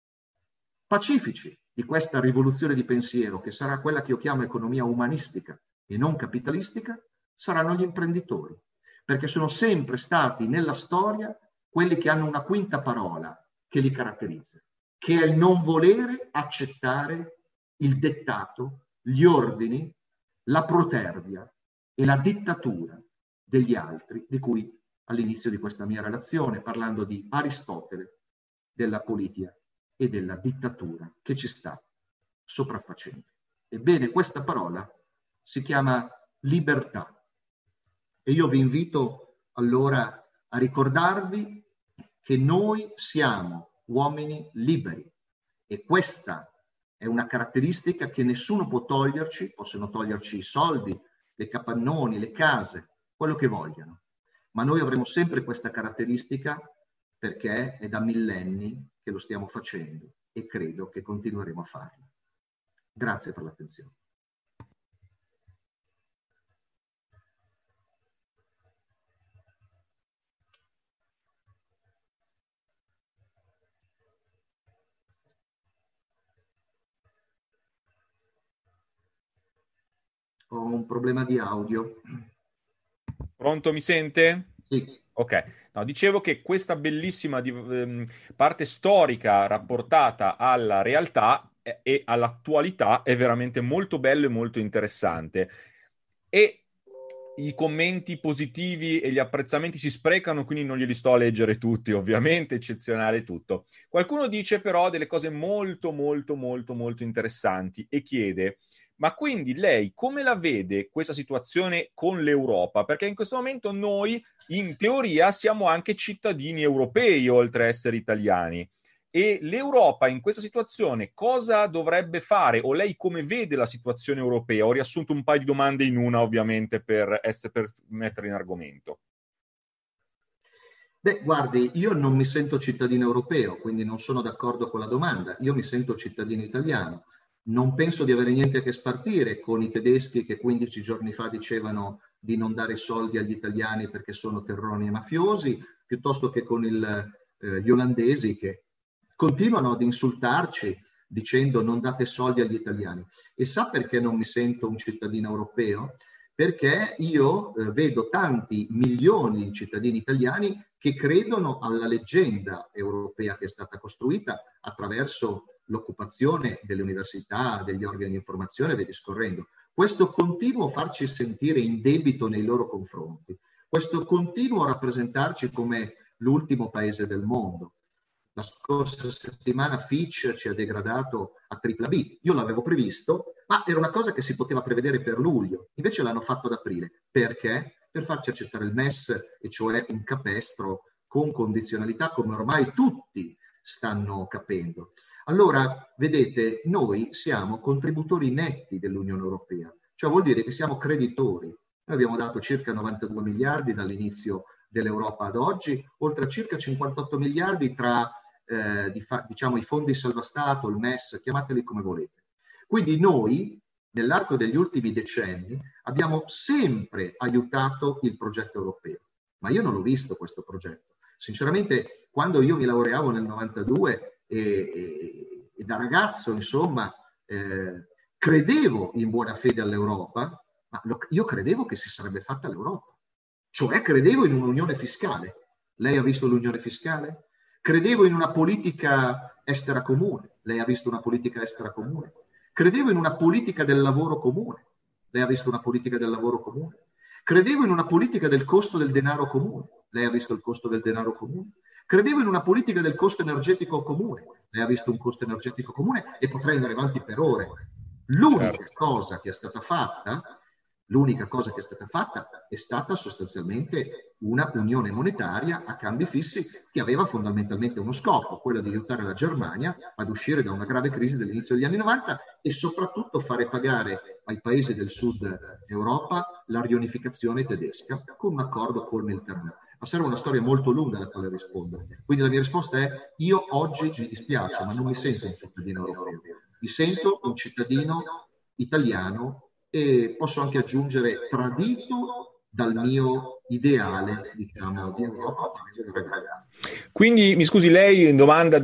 pacifici di questa rivoluzione di pensiero, che sarà quella che io chiamo economia umanistica e non capitalistica, saranno gli imprenditori, perché sono sempre stati nella storia quelli che hanno una quinta parola che li caratterizza, che è il non volere accettare il dettato, gli ordini, la protervia e la dittatura degli altri, di cui all'inizio di questa mia relazione, parlando di Aristotele, della politica e della dittatura che ci sta sopraffacendo. Ebbene, questa parola si chiama libertà. E io vi invito allora a ricordarvi che noi siamo uomini liberi e questa è una caratteristica che nessuno può toglierci, possono toglierci i soldi, le capannoni, le case, quello che vogliano, ma noi avremo sempre questa caratteristica perché è da millenni che lo stiamo facendo e credo che continueremo a farlo. Grazie per l'attenzione. Ho un problema di audio. Pronto, mi sente? Sì. Ok, no, dicevo che questa bellissima parte storica rapportata alla realtà e all'attualità è veramente molto bello e molto interessante. E i commenti positivi e gli apprezzamenti si sprecano, quindi non glieli sto a leggere tutti, ovviamente, eccezionale tutto. Qualcuno dice però delle cose molto, molto, molto, molto interessanti e chiede: ma quindi lei come la vede questa situazione con l'Europa? Perché in questo momento noi, in teoria, siamo anche cittadini europei, oltre a essere italiani. E l'Europa in questa situazione cosa dovrebbe fare? O lei come vede la situazione europea? Ho riassunto un paio di domande in una, ovviamente, per mettere in argomento. Beh, guardi, io non mi sento cittadino europeo, quindi non sono d'accordo con la domanda. Io mi sento cittadino italiano. Non penso di avere niente a che spartire con i tedeschi che 15 giorni fa dicevano di non dare soldi agli italiani perché sono terroni e mafiosi, piuttosto che con gli olandesi che continuano ad insultarci dicendo non date soldi agli italiani. E sa perché non mi sento un cittadino europeo? Perché io vedo tanti milioni di cittadini italiani che credono alla leggenda europea che è stata costruita attraverso l'occupazione delle università, degli organi di informazione, via discorrendo. Questo continuo farci sentire in debito nei loro confronti, questo continuo rappresentarci come l'ultimo paese del mondo. La scorsa settimana Fitch ci ha degradato a BBB. Io l'avevo previsto, ma era una cosa che si poteva prevedere per luglio. Invece l'hanno fatto ad aprile. Perché? Per farci accettare il MES, e cioè un capestro con condizionalità, come ormai tutti stanno capendo. Allora, vedete, noi siamo contributori netti dell'Unione Europea, cioè vuol dire che siamo creditori. Noi abbiamo dato circa 92 miliardi dall'inizio dell'Europa ad oggi, oltre a circa 58 miliardi tra diciamo i fondi salvastato, il MES, chiamateli come volete. Quindi noi, nell'arco degli ultimi decenni, abbiamo sempre aiutato il progetto europeo, ma io non l'ho visto questo progetto. Sinceramente, quando io mi laureavo nel 92 e da ragazzo, insomma, credevo in buona fede all'Europa, ma io credevo che si sarebbe fatta l'Europa. Cioè credevo in un'unione fiscale. Lei ha visto l'unione fiscale? Credevo in una politica estera comune. Lei ha visto una politica estera comune? Credevo in una politica del lavoro comune. Lei ha visto una politica del lavoro comune? Credevo in una politica del costo del denaro comune. Lei ha visto il costo del denaro comune? Credevo in una politica del costo energetico comune. Lei ha visto un costo energetico comune? E potrei andare avanti per ore. L'unica cosa che è stata fatta è stata sostanzialmente una unione monetaria a cambi fissi che aveva fondamentalmente uno scopo, quello di aiutare la Germania ad uscire da una grave crisi dell'inizio degli anni 90 e soprattutto fare pagare ai paesi del sud Europa la riunificazione tedesca con un accordo col Mediterraneo. Ma serve una storia molto lunga alla quale rispondere. Quindi la mia risposta è: io oggi mi dispiace, ma non mi sento un cittadino europeo, mi sento un cittadino italiano e posso anche aggiungere tradito dal mio ideale, diciamo, di Europa. Quindi, mi scusi, lei in domanda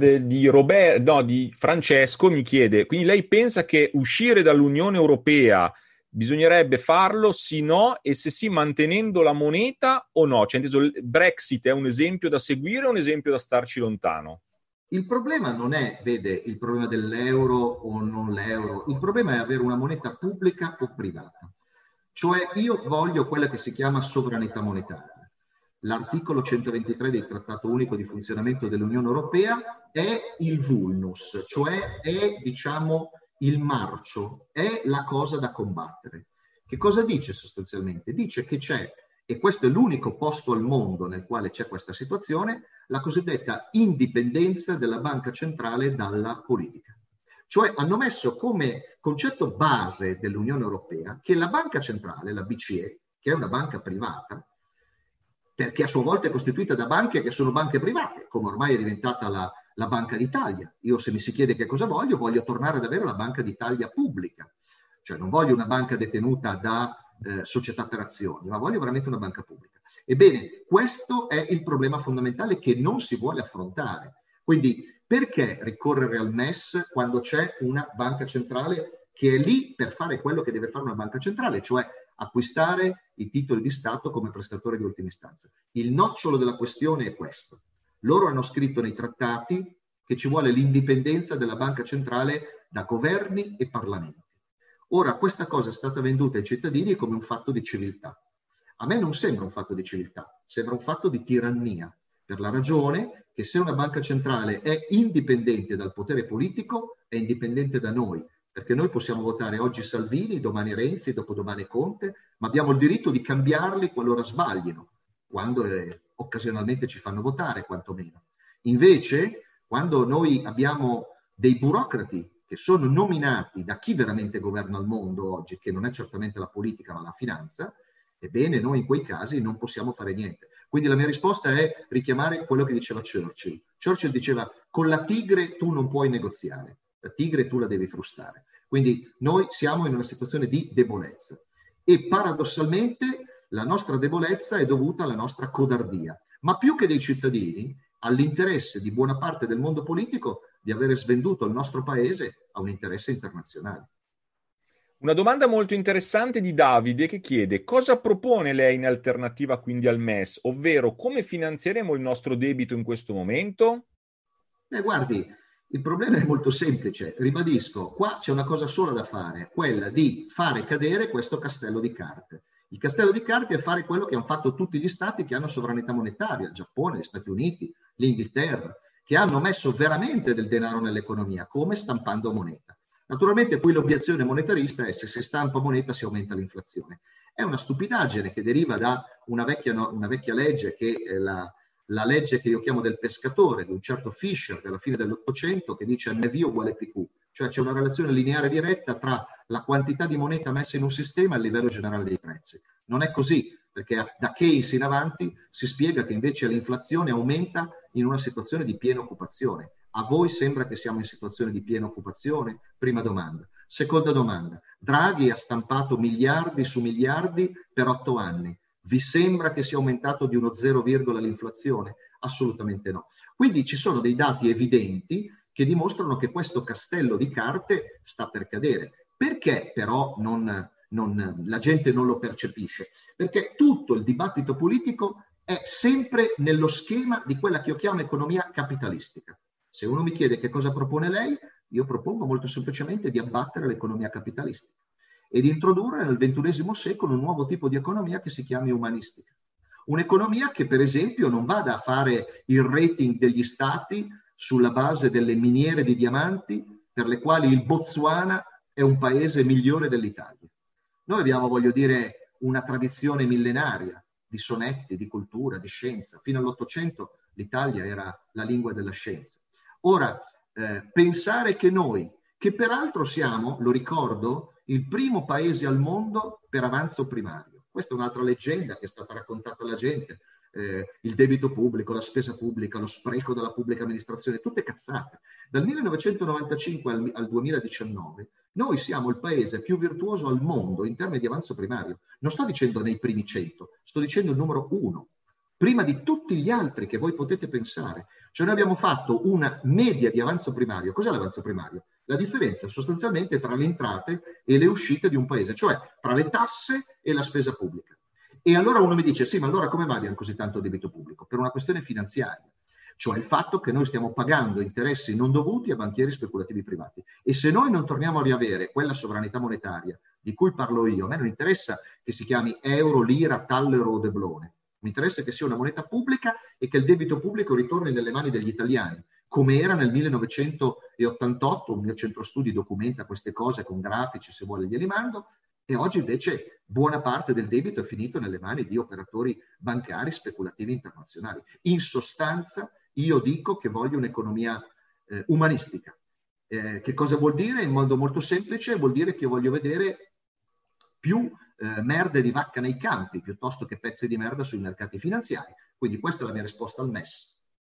di Francesco mi chiede, quindi lei pensa che uscire dall'Unione Europea bisognerebbe farlo sì, no, e se sì mantenendo la moneta o no? Cioè, inteso, il Brexit è un esempio da seguire o un esempio da starci lontano? Il problema non è, vede, il problema dell'euro o non l'euro, il problema è avere una moneta pubblica o privata. Cioè io voglio quella che si chiama sovranità monetaria. L'articolo 123 del Trattato Unico di Funzionamento dell'Unione Europea è il vulnus, cioè è, diciamo, il marcio, è la cosa da combattere. Che cosa dice sostanzialmente? Dice che c'è, e questo è l'unico posto al mondo nel quale c'è questa situazione, la cosiddetta indipendenza della banca centrale dalla politica. Cioè hanno messo come concetto base dell'Unione Europea che la banca centrale, la BCE, che è una banca privata, perché a sua volta è costituita da banche che sono banche private, come ormai è diventata la Banca d'Italia. Io, se mi si chiede che cosa voglio tornare ad avere la Banca d'Italia pubblica. Cioè non voglio una banca detenuta da società per azioni, ma voglio veramente una banca pubblica. Ebbene, questo è il problema fondamentale che non si vuole affrontare. Quindi, perché ricorrere al MES quando c'è una banca centrale che è lì per fare quello che deve fare una banca centrale, cioè acquistare i titoli di Stato come prestatore di ultima istanza? Il nocciolo della questione è questo. Loro hanno scritto nei trattati che ci vuole l'indipendenza della banca centrale da governi e parlamenti. Ora, questa cosa è stata venduta ai cittadini come un fatto di civiltà. A me non sembra un fatto di civiltà, sembra un fatto di tirannia, per la ragione che se una banca centrale è indipendente dal potere politico, è indipendente da noi, perché noi possiamo votare oggi Salvini, domani Renzi, dopodomani Conte, ma abbiamo il diritto di cambiarli qualora sbaglino, quando occasionalmente ci fanno votare, quantomeno. Invece, quando noi abbiamo dei burocrati che sono nominati da chi veramente governa il mondo oggi, che non è certamente la politica ma la finanza, ebbene noi in quei casi non possiamo fare niente. Quindi la mia risposta è richiamare quello che diceva Churchill. Churchill diceva: con la tigre tu non puoi negoziare, la tigre tu la devi frustare. Quindi noi siamo in una situazione di debolezza e paradossalmente la nostra debolezza è dovuta alla nostra codardia, ma più che dei cittadini all'interesse di buona parte del mondo politico di avere svenduto il nostro paese a un interesse internazionale. Una domanda molto interessante di Davide che chiede: cosa propone lei in alternativa quindi al MES, ovvero come finanzieremo il nostro debito in questo momento? Guardi, il problema è molto semplice, ribadisco, qua c'è una cosa sola da fare, quella di fare cadere questo castello di carte. Il castello di carte è fare quello che hanno fatto tutti gli stati che hanno sovranità monetaria, il Giappone, gli Stati Uniti, l'Inghilterra, che hanno messo veramente del denaro nell'economia, come stampando moneta. Naturalmente qui l'obiezione monetarista è se si stampa moneta si aumenta l'inflazione. È una stupidaggine che deriva da una vecchia legge, che è la legge che io chiamo del pescatore, di un certo Fisher della fine dell'Ottocento, che dice NV uguale PQ, cioè c'è una relazione lineare diretta tra la quantità di moneta messa in un sistema e il livello generale dei prezzi. Non è così, perché da Keynes in avanti si spiega che invece l'inflazione aumenta in una situazione di piena occupazione. A voi sembra che siamo in situazione di piena occupazione? Prima domanda. Seconda domanda. Draghi ha stampato miliardi su miliardi per 8 anni. Vi sembra che sia aumentato di uno 0, l'inflazione? Assolutamente no. Quindi ci sono dei dati evidenti che dimostrano che questo castello di carte sta per cadere. Perché però la gente non lo percepisce? Perché tutto il dibattito politico è sempre nello schema di quella che io chiamo economia capitalistica. Se uno mi chiede che cosa propone lei, io propongo molto semplicemente di abbattere l'economia capitalistica e di introdurre nel XXI secolo un nuovo tipo di economia che si chiami umanistica. Un'economia che per esempio non vada a fare il rating degli stati sulla base delle miniere di diamanti per le quali il Botswana è un paese migliore dell'Italia. Noi abbiamo, voglio dire, una tradizione millenaria di sonetti, di cultura, di scienza. Fino all'Ottocento l'Italia era la lingua della scienza. Ora, pensare che noi, che peraltro siamo, lo ricordo, il primo paese al mondo per avanzo primario. Questa è un'altra leggenda che è stata raccontata alla gente. Il debito pubblico, la spesa pubblica, lo spreco della pubblica amministrazione, tutte cazzate. Dal 1995 al 2019 noi siamo il paese più virtuoso al mondo in termini di avanzo primario. Non sto dicendo nei primi 100, sto dicendo il numero 1, prima di tutti gli altri che voi potete pensare. Cioè noi abbiamo fatto una media di avanzo primario. Cos'è l'avanzo primario? La differenza sostanzialmente tra le entrate e le uscite di un paese, cioè tra le tasse e la spesa pubblica. E allora uno mi dice, sì, ma allora come mai abbiamo così tanto debito pubblico? Per una questione finanziaria, cioè il fatto che noi stiamo pagando interessi non dovuti a banchieri speculativi privati. E se noi non torniamo a riavere quella sovranità monetaria di cui parlo io, a me non interessa che si chiami euro, lira, tallero o deblone, mi interessa che sia una moneta pubblica e che il debito pubblico ritorni nelle mani degli italiani, come era nel 1988, un mio centro studi documenta queste cose con grafici, se vuole glieli mando, e oggi invece buona parte del debito è finito nelle mani di operatori bancari speculativi internazionali. In sostanza io dico che voglio un'economia umanistica. Che cosa vuol dire? In modo molto semplice vuol dire che voglio vedere più merde di vacca nei campi piuttosto che pezzi di merda sui mercati finanziari. Quindi questa è la mia risposta al MES.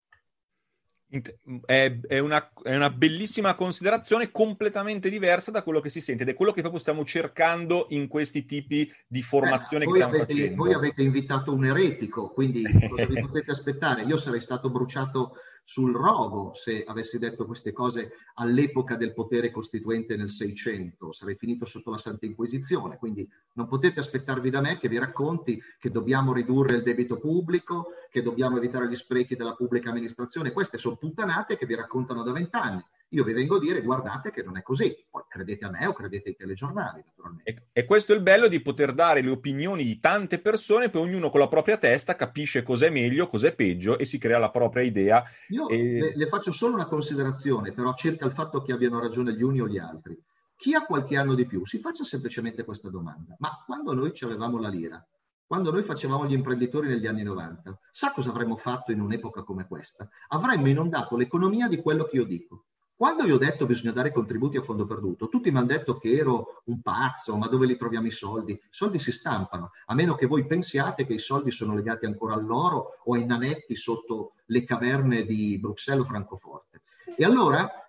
È una bellissima considerazione, completamente diversa da quello che si sente ed è quello che proprio stiamo cercando in questi tipi di formazione che stiamo facendo. Voi avete invitato un eretico, quindi cosa vi potete aspettare? Io sarei stato bruciato sul rogo se avessi detto queste cose all'epoca del potere costituente nel 600, sarei finito sotto la Santa Inquisizione, quindi non potete aspettarvi da me che vi racconti che dobbiamo ridurre il debito pubblico, che dobbiamo evitare gli sprechi della pubblica amministrazione. Queste sono puttanate che vi raccontano da 20 anni. Io vi vengo a dire, guardate che non è così. Poi credete a me o credete ai telegiornali, naturalmente. E questo è il bello di poter dare le opinioni di tante persone, poi ognuno con la propria testa capisce cos'è meglio, cos'è peggio e si crea la propria idea. Io le faccio solo una considerazione, però, circa il fatto che abbiano ragione gli uni o gli altri. Chi ha qualche anno di più si faccia semplicemente questa domanda. Ma quando noi avevamo la lira, quando noi facevamo gli imprenditori negli anni 90, sa cosa avremmo fatto in un'epoca come questa? Avremmo inondato l'economia di quello che io dico. Quando io ho detto bisogna dare contributi a fondo perduto, tutti mi hanno detto che ero un pazzo, ma dove li troviamo i soldi? I soldi si stampano, a meno che voi pensiate che i soldi sono legati ancora all'oro o ai nanetti sotto le caverne di Bruxelles o Francoforte. E allora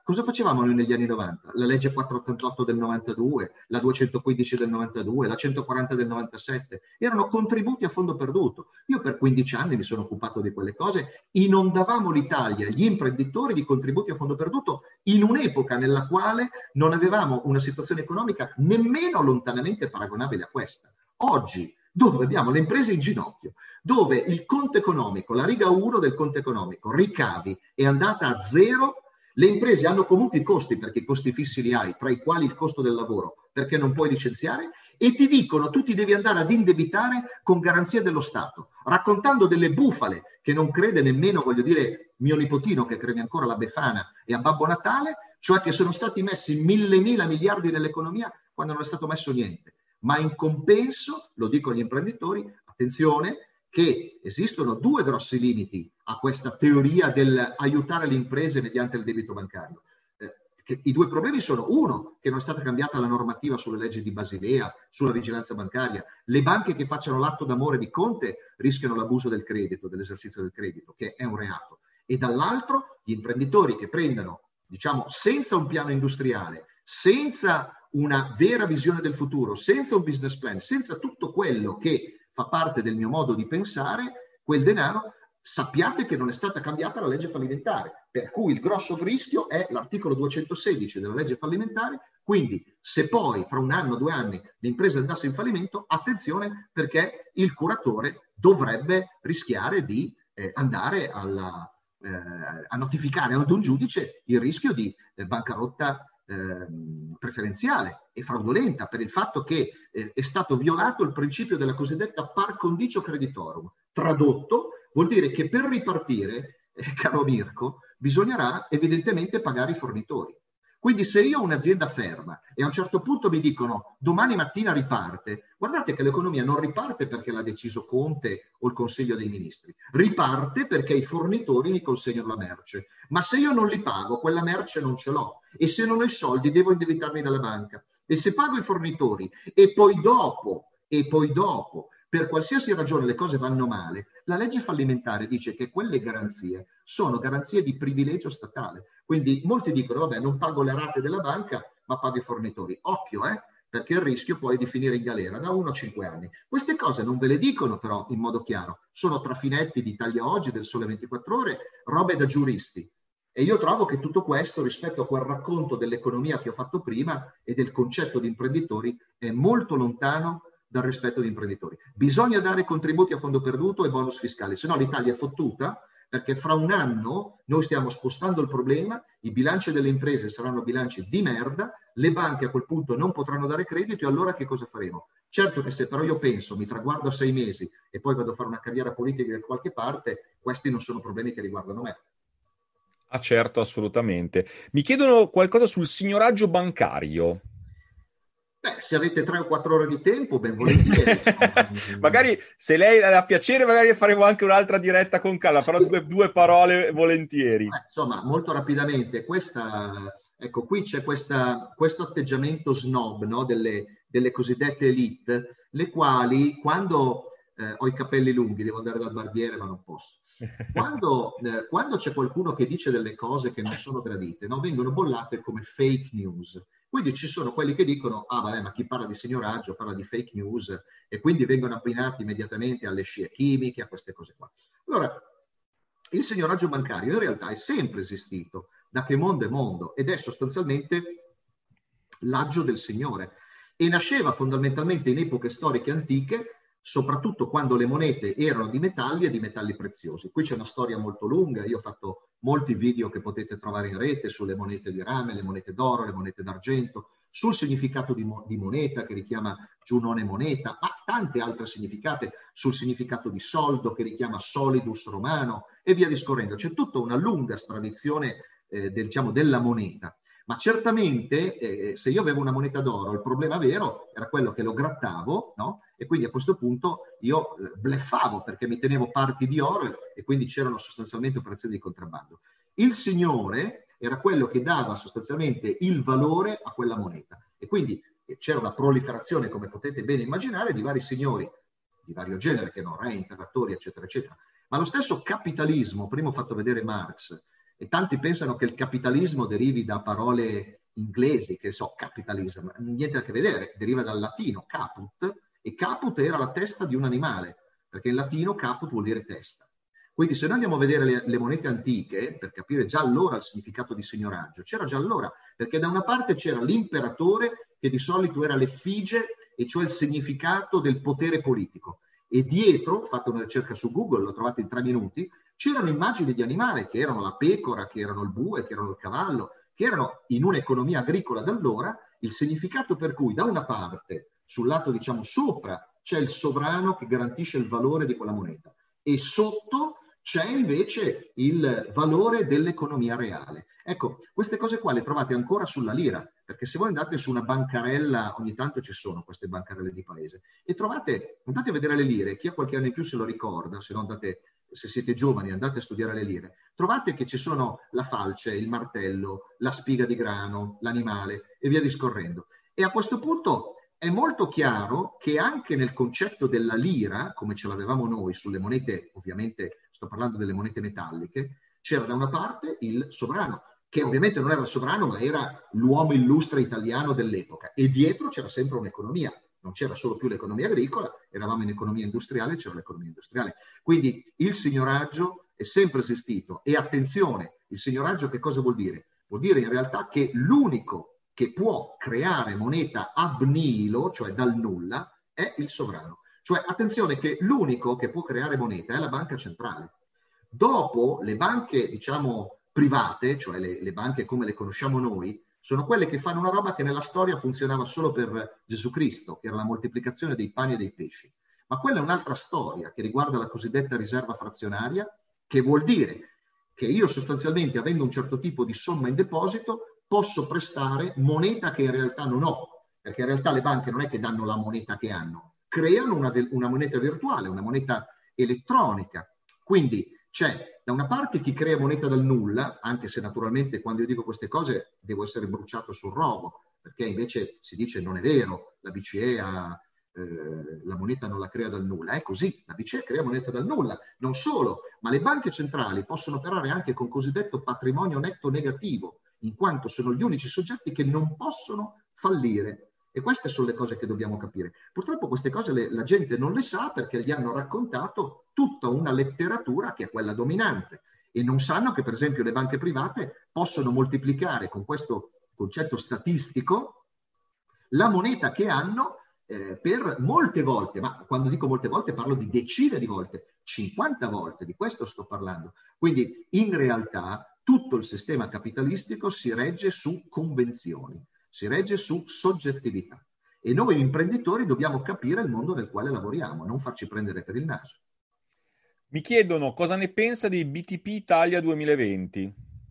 cosa facevamo noi negli anni 90? La legge 488 del 92, la 215 del 92, la 140 del 97, erano contributi a fondo perduto. Io per 15 anni mi sono occupato di quelle cose, inondavamo l'Italia, gli imprenditori di contributi a fondo perduto in un'epoca nella quale non avevamo una situazione economica nemmeno lontanamente paragonabile a questa. Oggi, dove abbiamo le imprese in ginocchio, dove il conto economico, la riga 1 del conto economico, ricavi, è andata a zero, le imprese hanno comunque i costi, perché i costi fissi li hai, tra i quali il costo del lavoro, perché non puoi licenziare, e ti dicono tu ti devi andare ad indebitare con garanzia dello Stato, raccontando delle bufale che non crede nemmeno, voglio dire, mio nipotino che crede ancora alla Befana e a Babbo Natale, cioè che sono stati messi mille miliardi nell'economia quando non è stato messo niente. Ma in compenso, lo dico agli imprenditori, attenzione, che esistono due grossi limiti a questa teoria del aiutare le imprese mediante il debito bancario. Che i due problemi sono: uno, che non è stata cambiata la normativa sulle leggi di Basilea, sulla vigilanza bancaria. Le banche che facciano l'atto d'amore di Conte rischiano l'abuso del credito, dell'esercizio del credito, che è un reato. E dall'altro, gli imprenditori che prendano, diciamo, senza un piano industriale, senza una vera visione del futuro, senza un business plan, senza tutto quello che fa parte del mio modo di pensare, quel denaro, sappiate che non è stata cambiata la legge fallimentare, per cui il grosso rischio è l'articolo 216 della legge fallimentare. Quindi se poi fra un anno, 2 anni l'impresa andasse in fallimento, attenzione, perché il curatore dovrebbe rischiare di andare a notificare ad un giudice il rischio di bancarotta preferenziale e fraudolenta, per il fatto che è stato violato il principio della cosiddetta par condicio creditorum. Tradotto, vuol dire che per ripartire, caro Mirko, bisognerà evidentemente pagare i fornitori. Quindi se io ho un'azienda ferma e a un certo punto mi dicono domani mattina riparte, guardate che l'economia non riparte perché l'ha deciso Conte o il Consiglio dei Ministri, riparte perché i fornitori mi consegnano la merce. Ma se io non li pago, quella merce non ce l'ho, e se non ho i soldi devo indebitarmi dalla banca. E se pago i fornitori e poi dopo, per qualsiasi ragione le cose vanno male, la legge fallimentare dice che quelle garanzie sono garanzie di privilegio statale. Quindi molti dicono, vabbè, non pago le rate della banca, ma pago i fornitori. Occhio, perché il rischio poi è di finire in galera da 1 a 5 anni. Queste cose non ve le dicono però in modo chiaro. Sono trafinetti di Italia Oggi, del Sole 24 Ore, robe da giuristi. E io trovo che tutto questo, rispetto a quel racconto dell'economia che ho fatto prima e del concetto di imprenditori, è molto lontano dal rispetto degli imprenditori. Bisogna dare contributi a fondo perduto e bonus fiscali, se no l'Italia è fottuta, perché fra un anno noi stiamo spostando il problema, i bilanci delle imprese saranno bilanci di merda, le banche a quel punto non potranno dare credito, e allora che cosa faremo? Certo che se però io penso, mi traguardo a 6 mesi e poi vado a fare una carriera politica da qualche parte, questi non sono problemi che riguardano me. Ah, certo, assolutamente. Mi chiedono qualcosa sul signoraggio bancario. Beh, se avete 3 o 4 ore di tempo, ben volentieri. Magari, se lei ha piacere, magari faremo anche un'altra diretta con calma, però due parole volentieri. Insomma, molto rapidamente, ecco, qui c'è questo atteggiamento snob, no, delle cosiddette elite, le quali, quando ho i capelli lunghi, devo andare dal barbiere, ma non posso. Quando c'è qualcuno che dice delle cose che non sono gradite, no, vengono bollate come fake news. Quindi ci sono quelli che dicono, vabbè, ma chi parla di signoraggio parla di fake news, e quindi vengono abbinati immediatamente alle scie chimiche, a queste cose qua. Allora, il signoraggio bancario in realtà è sempre esistito, da che mondo è mondo, ed è sostanzialmente l'aggio del signore, e nasceva fondamentalmente in epoche storiche antiche, soprattutto quando le monete erano di metalli e di metalli preziosi. Qui c'è una storia molto lunga, io ho fatto molti video che potete trovare in rete sulle monete di rame, le monete d'oro, le monete d'argento, sul significato di moneta, che richiama giunone moneta, ma tante altre significate, sul significato di soldo, che richiama solidus romano, e via discorrendo. C'è tutta una lunga tradizione della moneta. Ma certamente se io avevo una moneta d'oro, il problema vero era quello che lo grattavo, no? E quindi a questo punto io bleffavo, perché mi tenevo parti di oro e quindi c'erano sostanzialmente operazioni di contrabbando. Il signore era quello che dava sostanzialmente il valore a quella moneta, e quindi c'era una proliferazione, come potete bene immaginare, di vari signori di vario genere, che non re, imperatori, eccetera, eccetera. Ma lo stesso capitalismo, prima ho fatto vedere Marx, E tanti pensano che il capitalismo derivi da parole inglesi, che so, capitalism, niente a che vedere, deriva dal latino caput, e caput era la testa di un animale, perché in latino caput vuol dire testa. Quindi se noi andiamo a vedere le monete antiche, per capire già allora il significato di signoraggio, c'era già allora, perché da una parte c'era l'imperatore, che di solito era l'effigie, e cioè il significato del potere politico, e dietro, fate una ricerca su Google, lo trovate in 3 minuti, c'erano immagini di animali, che erano la pecora, che erano il bue, che erano il cavallo, che erano in un'economia agricola d'allora, il significato per cui da una parte, sul lato diciamo sopra, c'è il sovrano che garantisce il valore di quella moneta, e sotto c'è invece il valore dell'economia reale. Ecco, queste cose qua le trovate ancora sulla lira, perché se voi andate su una bancarella, ogni tanto ci sono queste bancarelle di paese, e trovate, andate a vedere le lire, chi ha qualche anno in più se lo ricorda, se no andate, se siete giovani andate a studiare le lire, trovate che ci sono la falce, il martello, la spiga di grano, l'animale e via discorrendo. E a questo punto è molto chiaro che anche nel concetto della lira, come ce l'avevamo noi sulle monete, ovviamente sto parlando delle monete metalliche, c'era da una parte il sovrano, che ovviamente non era il sovrano, ma era l'uomo illustre italiano dell'epoca, e dietro c'era sempre un'economia, non c'era solo più l'economia agricola, eravamo in economia industriale, c'era l'economia industriale. Quindi il signoraggio è sempre esistito, e attenzione, il signoraggio che cosa vuol dire? Vuol dire in realtà che l'unico che può creare moneta ab nihilo, cioè dal nulla, è il sovrano. Cioè, attenzione che l'unico che può creare moneta è la banca centrale. Dopo, le banche, diciamo, private, cioè le banche come le conosciamo noi, sono quelle che fanno una roba che nella storia funzionava solo per Gesù Cristo, che era la moltiplicazione dei pani e dei pesci. Ma quella è un'altra storia che riguarda la cosiddetta riserva frazionaria, che vuol dire che io sostanzialmente, avendo un certo tipo di somma in deposito, posso prestare moneta che in realtà non ho, perché in realtà le banche non è che danno la moneta che hanno, creano una moneta virtuale, una moneta elettronica. Quindi c'è da una parte chi crea moneta dal nulla, anche se naturalmente quando io dico queste cose devo essere bruciato sul rogo, perché invece si dice non è vero, la BCE la moneta non la crea dal nulla. È così, la BCE crea moneta dal nulla. Non solo, ma le banche centrali possono operare anche con cosiddetto patrimonio netto negativo, in quanto sono gli unici soggetti che non possono fallire. E queste sono le cose che dobbiamo capire. Purtroppo queste cose la gente non le sa, perché gli hanno raccontato tutta una letteratura che è quella dominante, e non sanno che per esempio le banche private possono moltiplicare con questo concetto statistico la moneta che hanno per molte volte, ma quando dico molte volte parlo di decine di volte, 50 volte, di questo sto parlando. Quindi in realtà tutto il sistema capitalistico si regge su convenzioni, si regge su soggettività, e noi imprenditori dobbiamo capire il mondo nel quale lavoriamo, non farci prendere per il naso. Mi chiedono cosa ne pensa di BTP Italia 2020.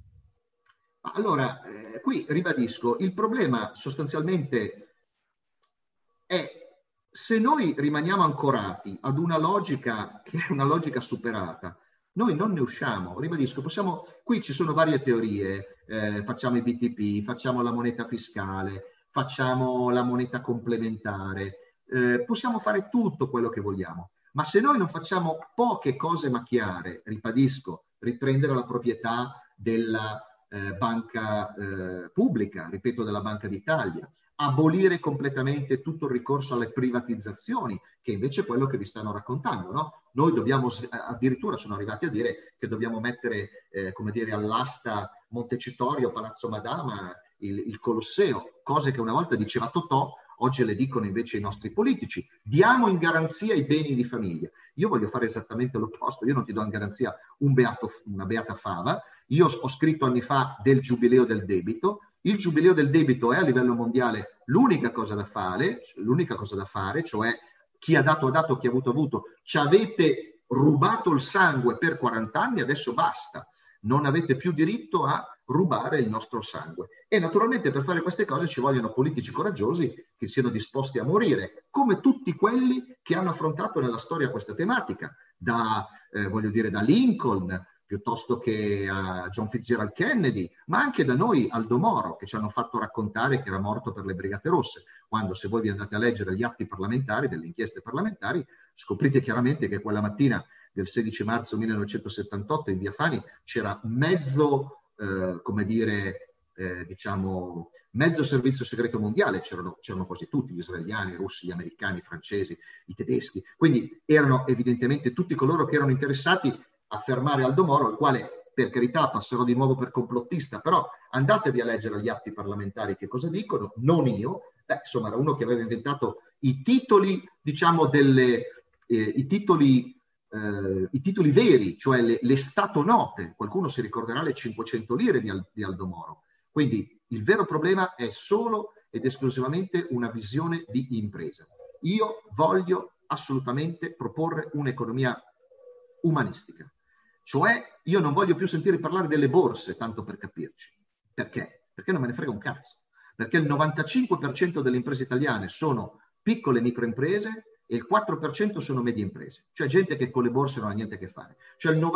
Allora, qui ribadisco, il problema sostanzialmente è, se noi rimaniamo ancorati ad una logica che è una logica superata, noi non ne usciamo. Ribadisco, qui ci sono varie teorie, facciamo i BTP, facciamo la moneta fiscale, facciamo la moneta complementare, possiamo fare tutto quello che vogliamo, ma se noi non facciamo poche cose ma chiare, ribadisco, riprendere la proprietà della banca pubblica, ripeto, della Banca d'Italia, abolire completamente tutto il ricorso alle privatizzazioni, che invece è quello che vi stanno raccontando, no? Noi dobbiamo, addirittura sono arrivati a dire che dobbiamo mettere, come dire, all'asta Montecitorio, Palazzo Madama, il Colosseo, cose che una volta diceva Totò, oggi le dicono invece i nostri politici. Diamo in garanzia i beni di famiglia. Io voglio fare esattamente l'opposto, io non ti do in garanzia una beata fava. Io ho scritto anni fa del giubileo del debito. Il giubileo del debito è a livello mondiale l'unica cosa da fare, cioè chi ha dato, chi ha avuto. Ci avete rubato il sangue per 40 anni, adesso basta. Non avete più diritto a rubare il nostro sangue. E naturalmente per fare queste cose ci vogliono politici coraggiosi che siano disposti a morire, come tutti quelli che hanno affrontato nella storia questa tematica, da Lincoln, piuttosto che a John Fitzgerald Kennedy, ma anche da noi Aldo Moro, che ci hanno fatto raccontare che era morto per le Brigate Rosse, quando se voi vi andate a leggere gli atti parlamentari, delle inchieste parlamentari, scoprite chiaramente che quella mattina del 16 marzo 1978 in via Fani c'era mezzo, mezzo servizio segreto mondiale, c'erano quasi tutti, gli israeliani, i russi, gli americani, i francesi, i tedeschi, quindi erano evidentemente tutti coloro che erano interessati a fermare Aldo Moro, al quale, per carità, passerò di nuovo per complottista, però andatevi a leggere gli atti parlamentari che cosa dicono, non io. Insomma, era uno che aveva inventato i titoli, diciamo, i titoli veri, cioè le statonote. Qualcuno si ricorderà le 500 lire di Aldo Moro. Quindi il vero problema è solo ed esclusivamente una visione di impresa. Io voglio assolutamente proporre un'economia umanistica. Cioè, io non voglio più sentire parlare delle borse, tanto per capirci. Perché? Perché non me ne frega un cazzo. Perché il 95% delle imprese italiane sono piccole microimprese e il 4% sono medie imprese. Cioè gente che con le borse non ha niente a che fare. Cioè il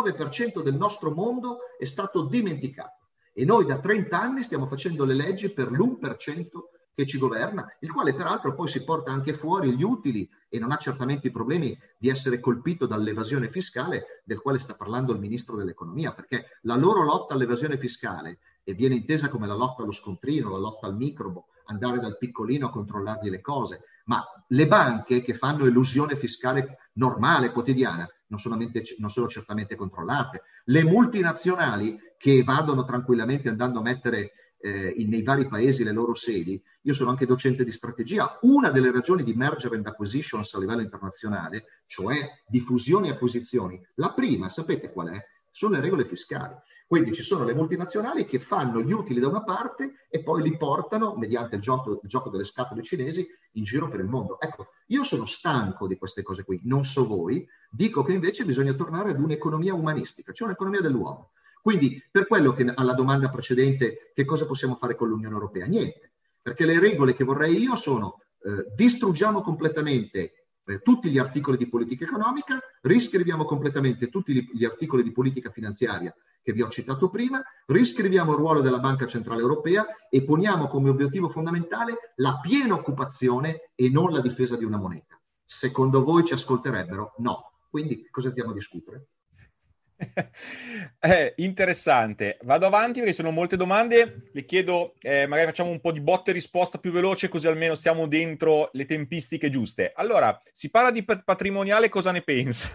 99% del nostro mondo è stato dimenticato. E noi da 30 anni stiamo facendo le leggi per l'1% che ci governa, il quale peraltro poi si porta anche fuori gli utili e non ha certamente i problemi di essere colpito dall'evasione fiscale del quale sta parlando il ministro dell'economia, perché la loro lotta all'evasione fiscale e viene intesa come la lotta allo scontrino, la lotta al microbo, andare dal piccolino a controllargli le cose, ma le banche che fanno elusione fiscale normale, quotidiana, non sono certamente controllate. Le multinazionali che evadono tranquillamente andando a mettere nei vari paesi le loro sedi. Io sono anche docente di strategia. Una delle ragioni di merger and acquisitions a livello internazionale, cioè di fusioni e acquisizioni, la prima, sapete qual è? Sono le regole fiscali. Quindi ci sono le multinazionali che fanno gli utili da una parte e poi li portano, mediante il gioco delle scatole cinesi, in giro per il mondo. Ecco, io sono stanco di queste cose qui, non so voi, dico che invece bisogna tornare ad un'economia umanistica, cioè un'economia dell'uomo. Quindi, per quello che alla domanda precedente, che cosa possiamo fare con l'Unione Europea? Niente, perché le regole che vorrei io sono distruggiamo completamente tutti gli articoli di politica economica, riscriviamo completamente tutti gli articoli di politica finanziaria che vi ho citato prima, riscriviamo il ruolo della Banca Centrale Europea e poniamo come obiettivo fondamentale la piena occupazione e non la difesa di una moneta. Secondo voi ci ascolterebbero? No. Quindi cosa andiamo a discutere? Interessante. Vado avanti perché ci sono molte domande. Le chiedo, magari facciamo un po' di botta e risposta più veloce, così almeno stiamo dentro le tempistiche giuste. Allora, si parla di patrimoniale, cosa ne pensa?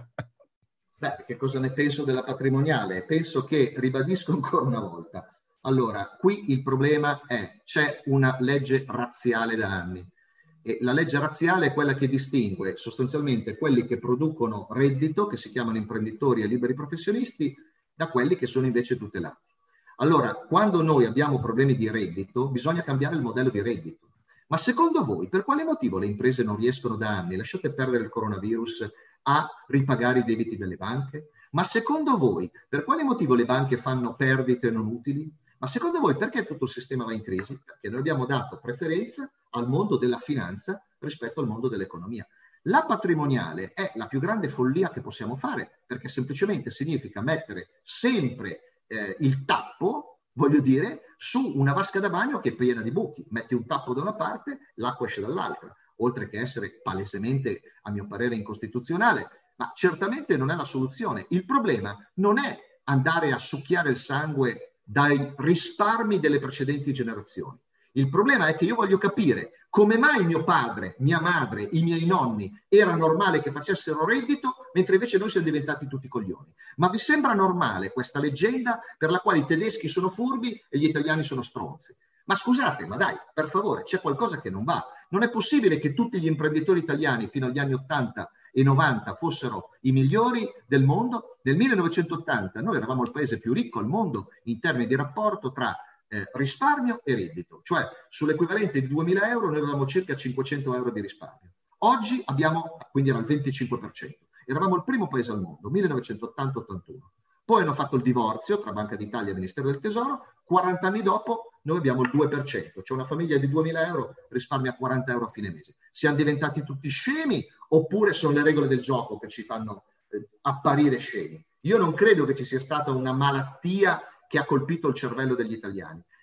Beh, che cosa ne penso della patrimoniale? Penso che, ribadisco ancora una volta, allora, qui il problema è, c'è una legge razziale da anni. E la legge razziale è quella che distingue sostanzialmente quelli che producono reddito, che si chiamano imprenditori e liberi professionisti, da quelli che sono invece tutelati. Allora, quando noi abbiamo problemi di reddito, bisogna cambiare il modello di reddito. Ma secondo voi, per quale motivo le imprese non riescono da anni, lasciate perdere il coronavirus, a ripagare i debiti delle banche? Ma secondo voi, per quale motivo le banche fanno perdite non utili? Ma secondo voi perché tutto il sistema va in crisi? Perché noi abbiamo dato preferenza al mondo della finanza rispetto al mondo dell'economia. La patrimoniale è la più grande follia che possiamo fare, perché semplicemente significa mettere sempre il tappo, voglio dire, su una vasca da bagno che è piena di buchi. Metti un tappo da una parte, l'acqua esce dall'altra, oltre che essere palesemente, a mio parere, incostituzionale, ma certamente non è la soluzione. Il problema non è andare a succhiare il sangue dai risparmi delle precedenti generazioni. Il problema è che io voglio capire come mai mio padre, mia madre, i miei nonni era normale che facessero reddito, mentre invece noi siamo diventati tutti coglioni. Ma vi sembra normale questa leggenda per la quale i tedeschi sono furbi e gli italiani sono stronzi? Ma scusate, ma dai, per favore, c'è qualcosa che non va. Non è possibile che tutti gli imprenditori italiani fino agli anni 80 e 90 fossero i migliori del mondo. Nel 1980 noi eravamo il paese più ricco al mondo in termini di rapporto tra risparmio e reddito, cioè sull'equivalente di 2.000 euro noi avevamo circa 500 euro di risparmio. Oggi abbiamo, quindi era il 25%, eravamo il primo paese al mondo, 1980-81. Poi hanno fatto il divorzio tra Banca d'Italia e Ministero del Tesoro, 40 anni dopo noi abbiamo il 2%, cioè una famiglia di 2.000 euro risparmia 40 euro a fine mese. Siamo diventati tutti scemi oppure sono le regole del gioco che ci fanno apparire scemi? Io non credo che ci sia stata una malattia che ha colpito il cervello degli italiani.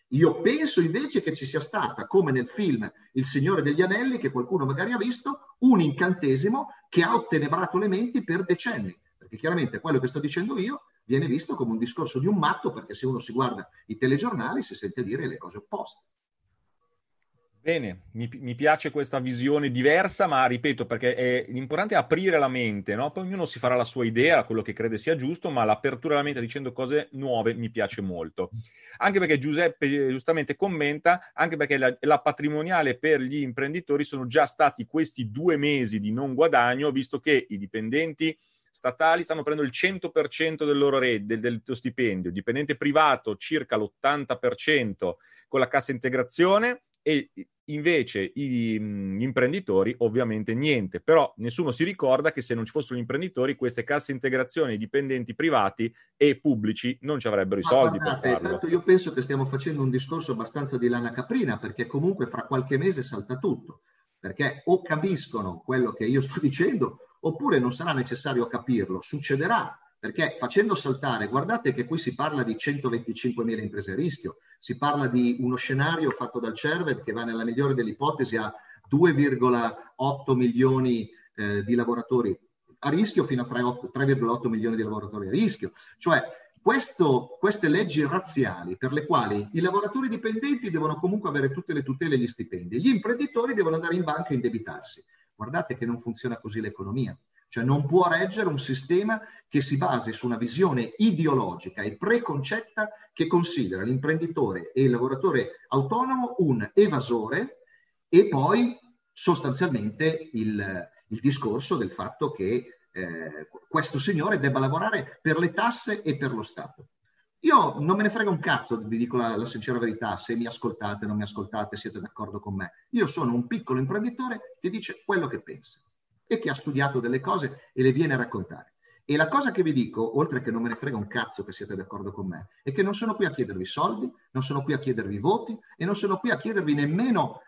Io penso invece che ci sia stata, come nel film Il Signore degli Anelli, che qualcuno magari ha visto, un incantesimo che ha ottenebrato le menti per decenni. Perché chiaramente quello che sto dicendo io viene visto come un discorso di un matto, perché se uno si guarda i telegiornali si sente dire le cose opposte. Bene, mi piace questa visione diversa, ma ripeto, perché l'importante è aprire la mente, no? Poi ognuno si farà la sua idea, quello che crede sia giusto, ma l'apertura della mente dicendo cose nuove mi piace molto. Anche perché Giuseppe giustamente commenta, anche perché la patrimoniale per gli imprenditori sono già stati questi 2 mesi di non guadagno, visto che i dipendenti statali stanno prendendo il 100% del loro del stipendio, il dipendente privato circa l'80% con la cassa integrazione, e invece gli imprenditori ovviamente niente. Però nessuno si ricorda che se non ci fossero gli imprenditori, queste casse integrazioni, i dipendenti privati e pubblici non ci avrebbero i soldi per farlo. Tanto io penso che stiamo facendo un discorso abbastanza di lana caprina, perché comunque fra qualche mese salta tutto, perché o capiscono quello che io sto dicendo oppure non sarà necessario capirlo, succederà. Perché facendo saltare, guardate che qui si parla di 125.000 imprese a rischio, si parla di uno scenario fatto dal CERVET che va nella migliore delle ipotesi a 2,8 milioni di lavoratori a rischio fino a 3,8 milioni di lavoratori a rischio. Cioè queste leggi razziali per le quali i lavoratori dipendenti devono comunque avere tutte le tutele e gli stipendi, gli imprenditori devono andare in banca e indebitarsi. Guardate che non funziona così l'economia. Cioè non può reggere un sistema che si basi su una visione ideologica e preconcetta che considera l'imprenditore e il lavoratore autonomo un evasore, e poi sostanzialmente il discorso del fatto che questo signore debba lavorare per le tasse e per lo Stato. Io non me ne frega un cazzo, vi dico la sincera verità, se mi ascoltate, non mi ascoltate, siete d'accordo con me. Io sono un piccolo imprenditore che dice quello che pensa e che ha studiato delle cose e le viene a raccontare. E la cosa che vi dico, oltre che non me ne frega un cazzo che siete d'accordo con me, è che non sono qui a chiedervi soldi, non sono qui a chiedervi voti e non sono qui a chiedervi nemmeno,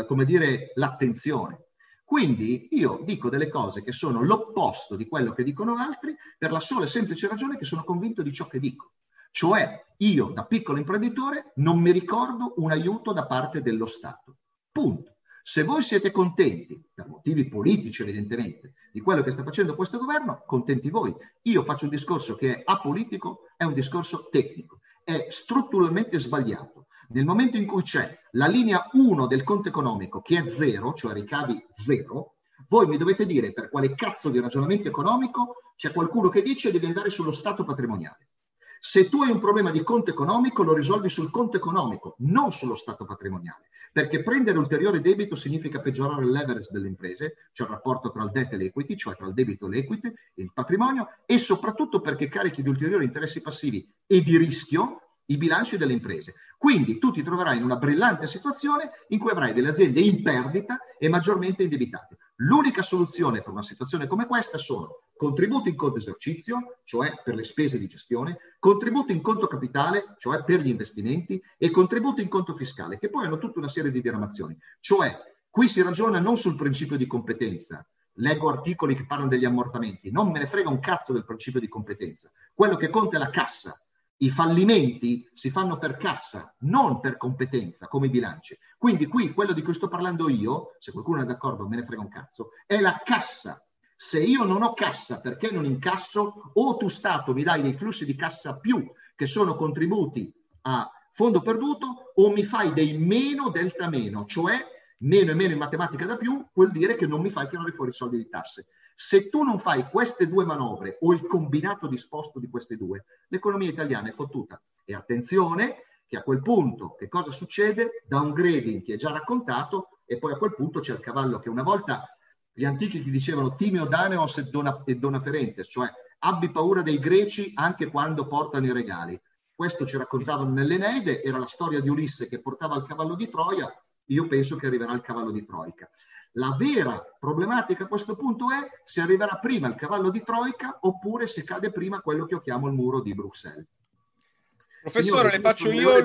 l'attenzione. Quindi io dico delle cose che sono l'opposto di quello che dicono altri per la sola e semplice ragione che sono convinto di ciò che dico. Cioè io da piccolo imprenditore non mi ricordo un aiuto da parte dello Stato. Punto. Se voi siete contenti, per motivi politici evidentemente, di quello che sta facendo questo governo, contenti voi. Io faccio un discorso che è apolitico, è un discorso tecnico, è strutturalmente sbagliato. Nel momento in cui c'è la linea 1 del conto economico che è 0, cioè ricavi 0, voi mi dovete dire per quale cazzo di ragionamento economico c'è qualcuno che dice devi andare sullo stato patrimoniale. Se tu hai un problema di conto economico lo risolvi sul conto economico, non sullo stato patrimoniale. Perché prendere ulteriore debito significa peggiorare il leverage delle imprese, cioè il rapporto tra il debt e l'equity, cioè tra il debito e l'equity, il patrimonio, e soprattutto perché carichi di ulteriori interessi passivi e di rischio i bilanci delle imprese. Quindi tu ti troverai in una brillante situazione in cui avrai delle aziende in perdita e maggiormente indebitate. L'unica soluzione per una situazione come questa sono contributi in conto esercizio, cioè per le spese di gestione, contributi in conto capitale, cioè per gli investimenti, e contributi in conto fiscale, che poi hanno tutta una serie di diramazioni. Cioè, qui si ragiona non sul principio di competenza. Leggo articoli che parlano degli ammortamenti. Non me ne frega un cazzo del principio di competenza. Quello che conta è la cassa. I fallimenti si fanno per cassa, non per competenza, come i bilanci. Quindi qui quello di cui sto parlando io, se qualcuno è d'accordo me ne frega un cazzo, è la cassa. Se io non ho cassa perché non incasso, o tu Stato mi dai dei flussi di cassa più che sono contributi a fondo perduto, o mi fai dei meno delta meno, cioè meno e meno in matematica da più, vuol dire che non mi fai tirare fuori soldi di tasse. Se tu non fai queste due manovre o il combinato disposto di queste due, l'economia italiana è fottuta. E attenzione che a quel punto che cosa succede? Downgrading che è già raccontato, e poi a quel punto c'è il cavallo che una volta gli antichi ti dicevano timeo Daneos e dona ferentes, cioè abbi paura dei greci anche quando portano i regali. Questo ci raccontavano nell'Eneide, era la storia di Ulisse che portava il cavallo di Troia. Io penso che arriverà il cavallo di Troica. La vera problematica a questo punto è se arriverà prima il cavallo di Troica oppure se cade prima quello che io chiamo il muro di Bruxelles. Professore, le faccio io...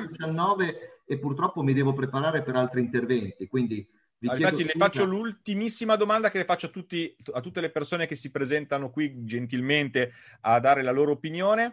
19 e purtroppo mi devo preparare per altri interventi, quindi... Infatti le faccio l'ultimissima domanda che le faccio a tutte le persone che si presentano qui gentilmente a dare la loro opinione.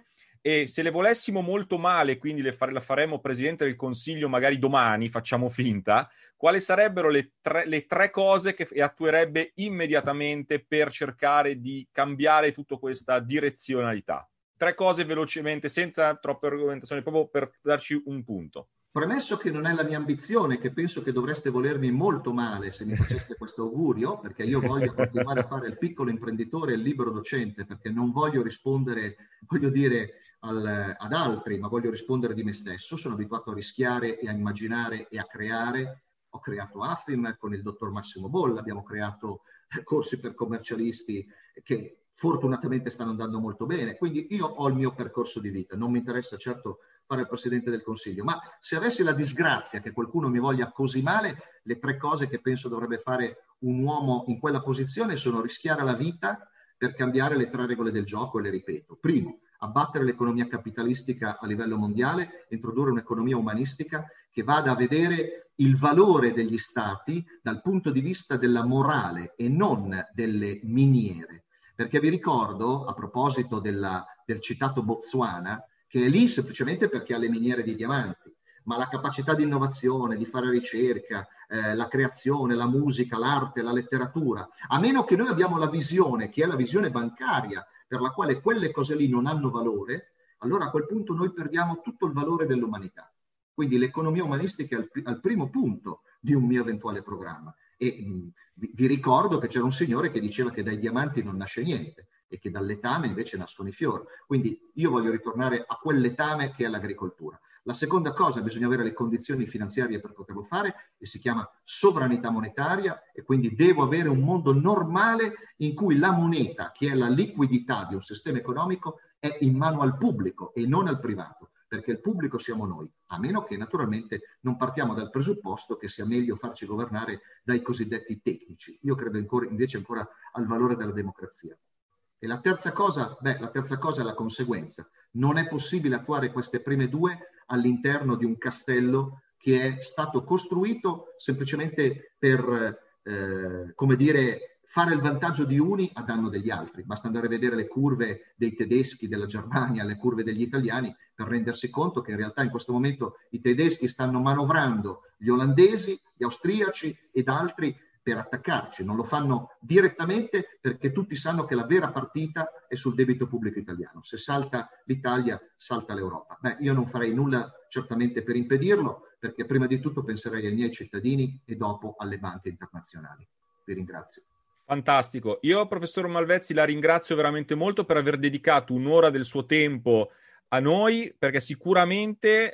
e se le volessimo molto male, quindi la faremo Presidente del Consiglio magari domani, facciamo finta, quali sarebbero le tre cose che attuerebbe immediatamente per cercare di cambiare tutta questa direzionalità? 3 cose velocemente, senza troppe argomentazioni, proprio per darci un punto. Premesso che non è la mia ambizione, che penso che dovreste volermi molto male se mi faceste questo augurio, perché io voglio continuare a fare il piccolo imprenditore e il libero docente, perché non voglio rispondere, voglio dire, ad altri, ma voglio rispondere di me stesso. Sono abituato a rischiare e a immaginare e a creare. Ho creato AFIM con il dottor Massimo Bolla, abbiamo creato corsi per commercialisti che fortunatamente stanno andando molto bene. Quindi io ho il mio percorso di vita, non mi interessa certo fare il Presidente del Consiglio, ma se avessi la disgrazia che qualcuno mi voglia così male, le 3 cose che penso dovrebbe fare un uomo in quella posizione sono rischiare la vita per cambiare le 3 regole del gioco, e le ripeto. Primo, abbattere l'economia capitalistica a livello mondiale, introdurre un'economia umanistica che vada a vedere il valore degli stati dal punto di vista della morale e non delle miniere. Perché vi ricordo, a proposito del citato Botswana, che è lì semplicemente perché ha le miniere di diamanti, ma la capacità di innovazione, di fare ricerca, la creazione, la musica, l'arte, la letteratura, a meno che noi abbiamo la visione, che è la visione bancaria, per la quale quelle cose lì non hanno valore, allora a quel punto noi perdiamo tutto il valore dell'umanità. Quindi l'economia umanistica è al primo punto di un mio eventuale programma. E vi ricordo che c'era un signore che diceva che dai diamanti non nasce niente e che dal letame invece nascono i fiori. Quindi io voglio ritornare a quel letame che è l'agricoltura. La seconda cosa, bisogna avere le condizioni finanziarie per poterlo fare, e si chiama sovranità monetaria, e quindi devo avere un mondo normale in cui la moneta, che è la liquidità di un sistema economico, è in mano al pubblico e non al privato, perché il pubblico siamo noi, a meno che naturalmente non partiamo dal presupposto che sia meglio farci governare dai cosiddetti tecnici. Io credo invece ancora al valore della democrazia. E la terza cosa è la conseguenza. Non è possibile attuare queste prime 2 all'interno di un castello che è stato costruito semplicemente per, come dire, fare il vantaggio di uni a danno degli altri. Basta andare a vedere le curve dei tedeschi, della Germania, le curve degli italiani, per rendersi conto che in realtà in questo momento i tedeschi stanno manovrando gli olandesi, gli austriaci ed altri per attaccarci. Non lo fanno direttamente perché tutti sanno che la vera partita è sul debito pubblico italiano. Se salta l'Italia, salta l'Europa. Io non farei nulla certamente per impedirlo, perché prima di tutto penserei ai miei cittadini e dopo alle banche internazionali. Vi ringrazio. Fantastico. Io, professor Malvezzi, la ringrazio veramente molto per aver dedicato un'ora del suo tempo a noi, perché sicuramente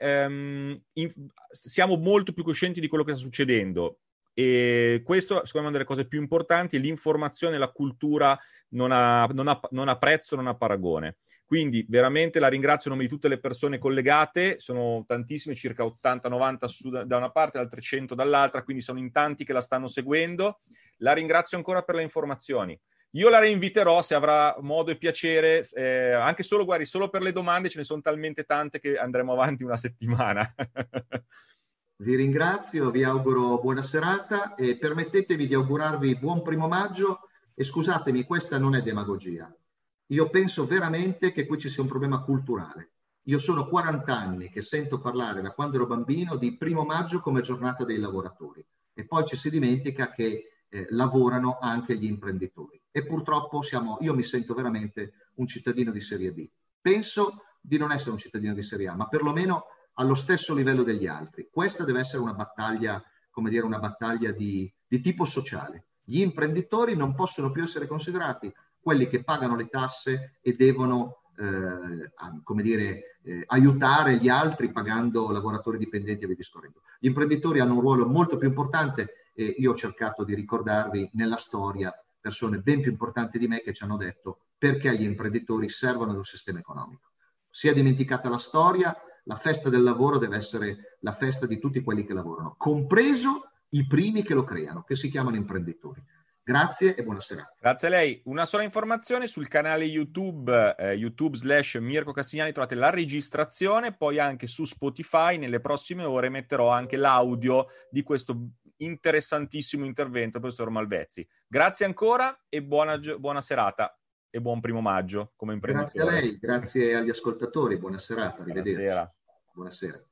siamo molto più coscienti di quello che sta succedendo. E questo, secondo me, è una delle cose più importanti. L'informazione e la cultura non ha prezzo, non ha paragone. Quindi veramente la ringrazio a nome di tutte le persone collegate, sono tantissime, circa 80-90 da una parte, altre 100 dall'altra, quindi sono in tanti che la stanno seguendo. La ringrazio ancora per le informazioni. Io la reinviterò se avrà modo e piacere, anche solo, guardi, solo per le domande, ce ne sono talmente tante che andremo avanti una settimana. Vi ringrazio, vi auguro buona serata e permettetemi di augurarvi buon 1° maggio e scusatemi, questa non è demagogia. Io penso veramente che qui ci sia un problema culturale. Io sono 40 anni che sento parlare da quando ero bambino di 1° maggio come giornata dei lavoratori e poi ci si dimentica che lavorano anche gli imprenditori. E purtroppo io mi sento veramente un cittadino di serie B. Penso di non essere un cittadino di serie A, ma perlomeno allo stesso livello degli altri. Questa deve essere una battaglia, come dire, una battaglia di tipo sociale. Gli imprenditori non possono più essere considerati quelli che pagano le tasse e devono aiutare gli altri pagando lavoratori dipendenti e via discorrendo. Gli imprenditori hanno un ruolo molto più importante e io ho cercato di ricordarvi nella storia persone ben più importanti di me che ci hanno detto perché gli imprenditori servono ad un sistema economico. Si è dimenticata la storia, la festa del lavoro deve essere la festa di tutti quelli che lavorano, compreso i primi che lo creano, che si chiamano imprenditori. Grazie e buona serata. Grazie a lei. Una sola informazione: sul canale YouTube, YouTube/Mirko Castigliani, trovate la registrazione, poi anche su Spotify nelle prossime ore metterò anche l'audio di questo interessantissimo intervento del professor Malvezzi. Grazie ancora e buona serata. e buon 1° maggio come imprenditore. Grazie a lei, grazie agli ascoltatori, buona serata, arrivederci. Buonasera. Buonasera.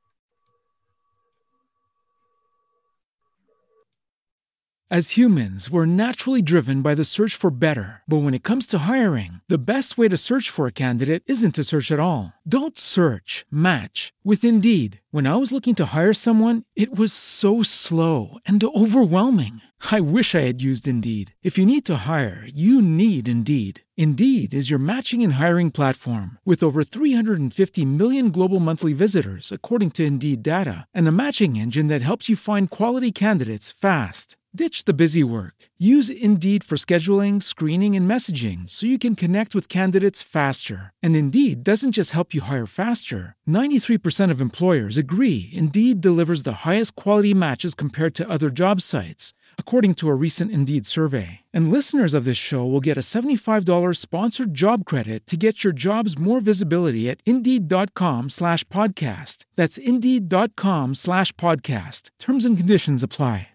As humans, we're naturally driven by the search for better. But when it comes to hiring, the best way to search for a candidate isn't to search at all. Don't search, match with Indeed. When I was looking to hire someone, it was so slow and overwhelming. I wish I had used Indeed. If you need to hire, you need Indeed. Indeed is your matching and hiring platform with over 350 million global monthly visitors, according to Indeed data, and a matching engine that helps you find quality candidates fast. Ditch the busy work. Use Indeed for scheduling, screening, and messaging so you can connect with candidates faster. And Indeed doesn't just help you hire faster. 93% of employers agree Indeed delivers the highest quality matches compared to other job sites, according to a recent Indeed survey. And listeners of this show will get a $75 sponsored job credit to get your jobs more visibility at Indeed.com/podcast. That's Indeed.com/podcast. Terms and conditions apply.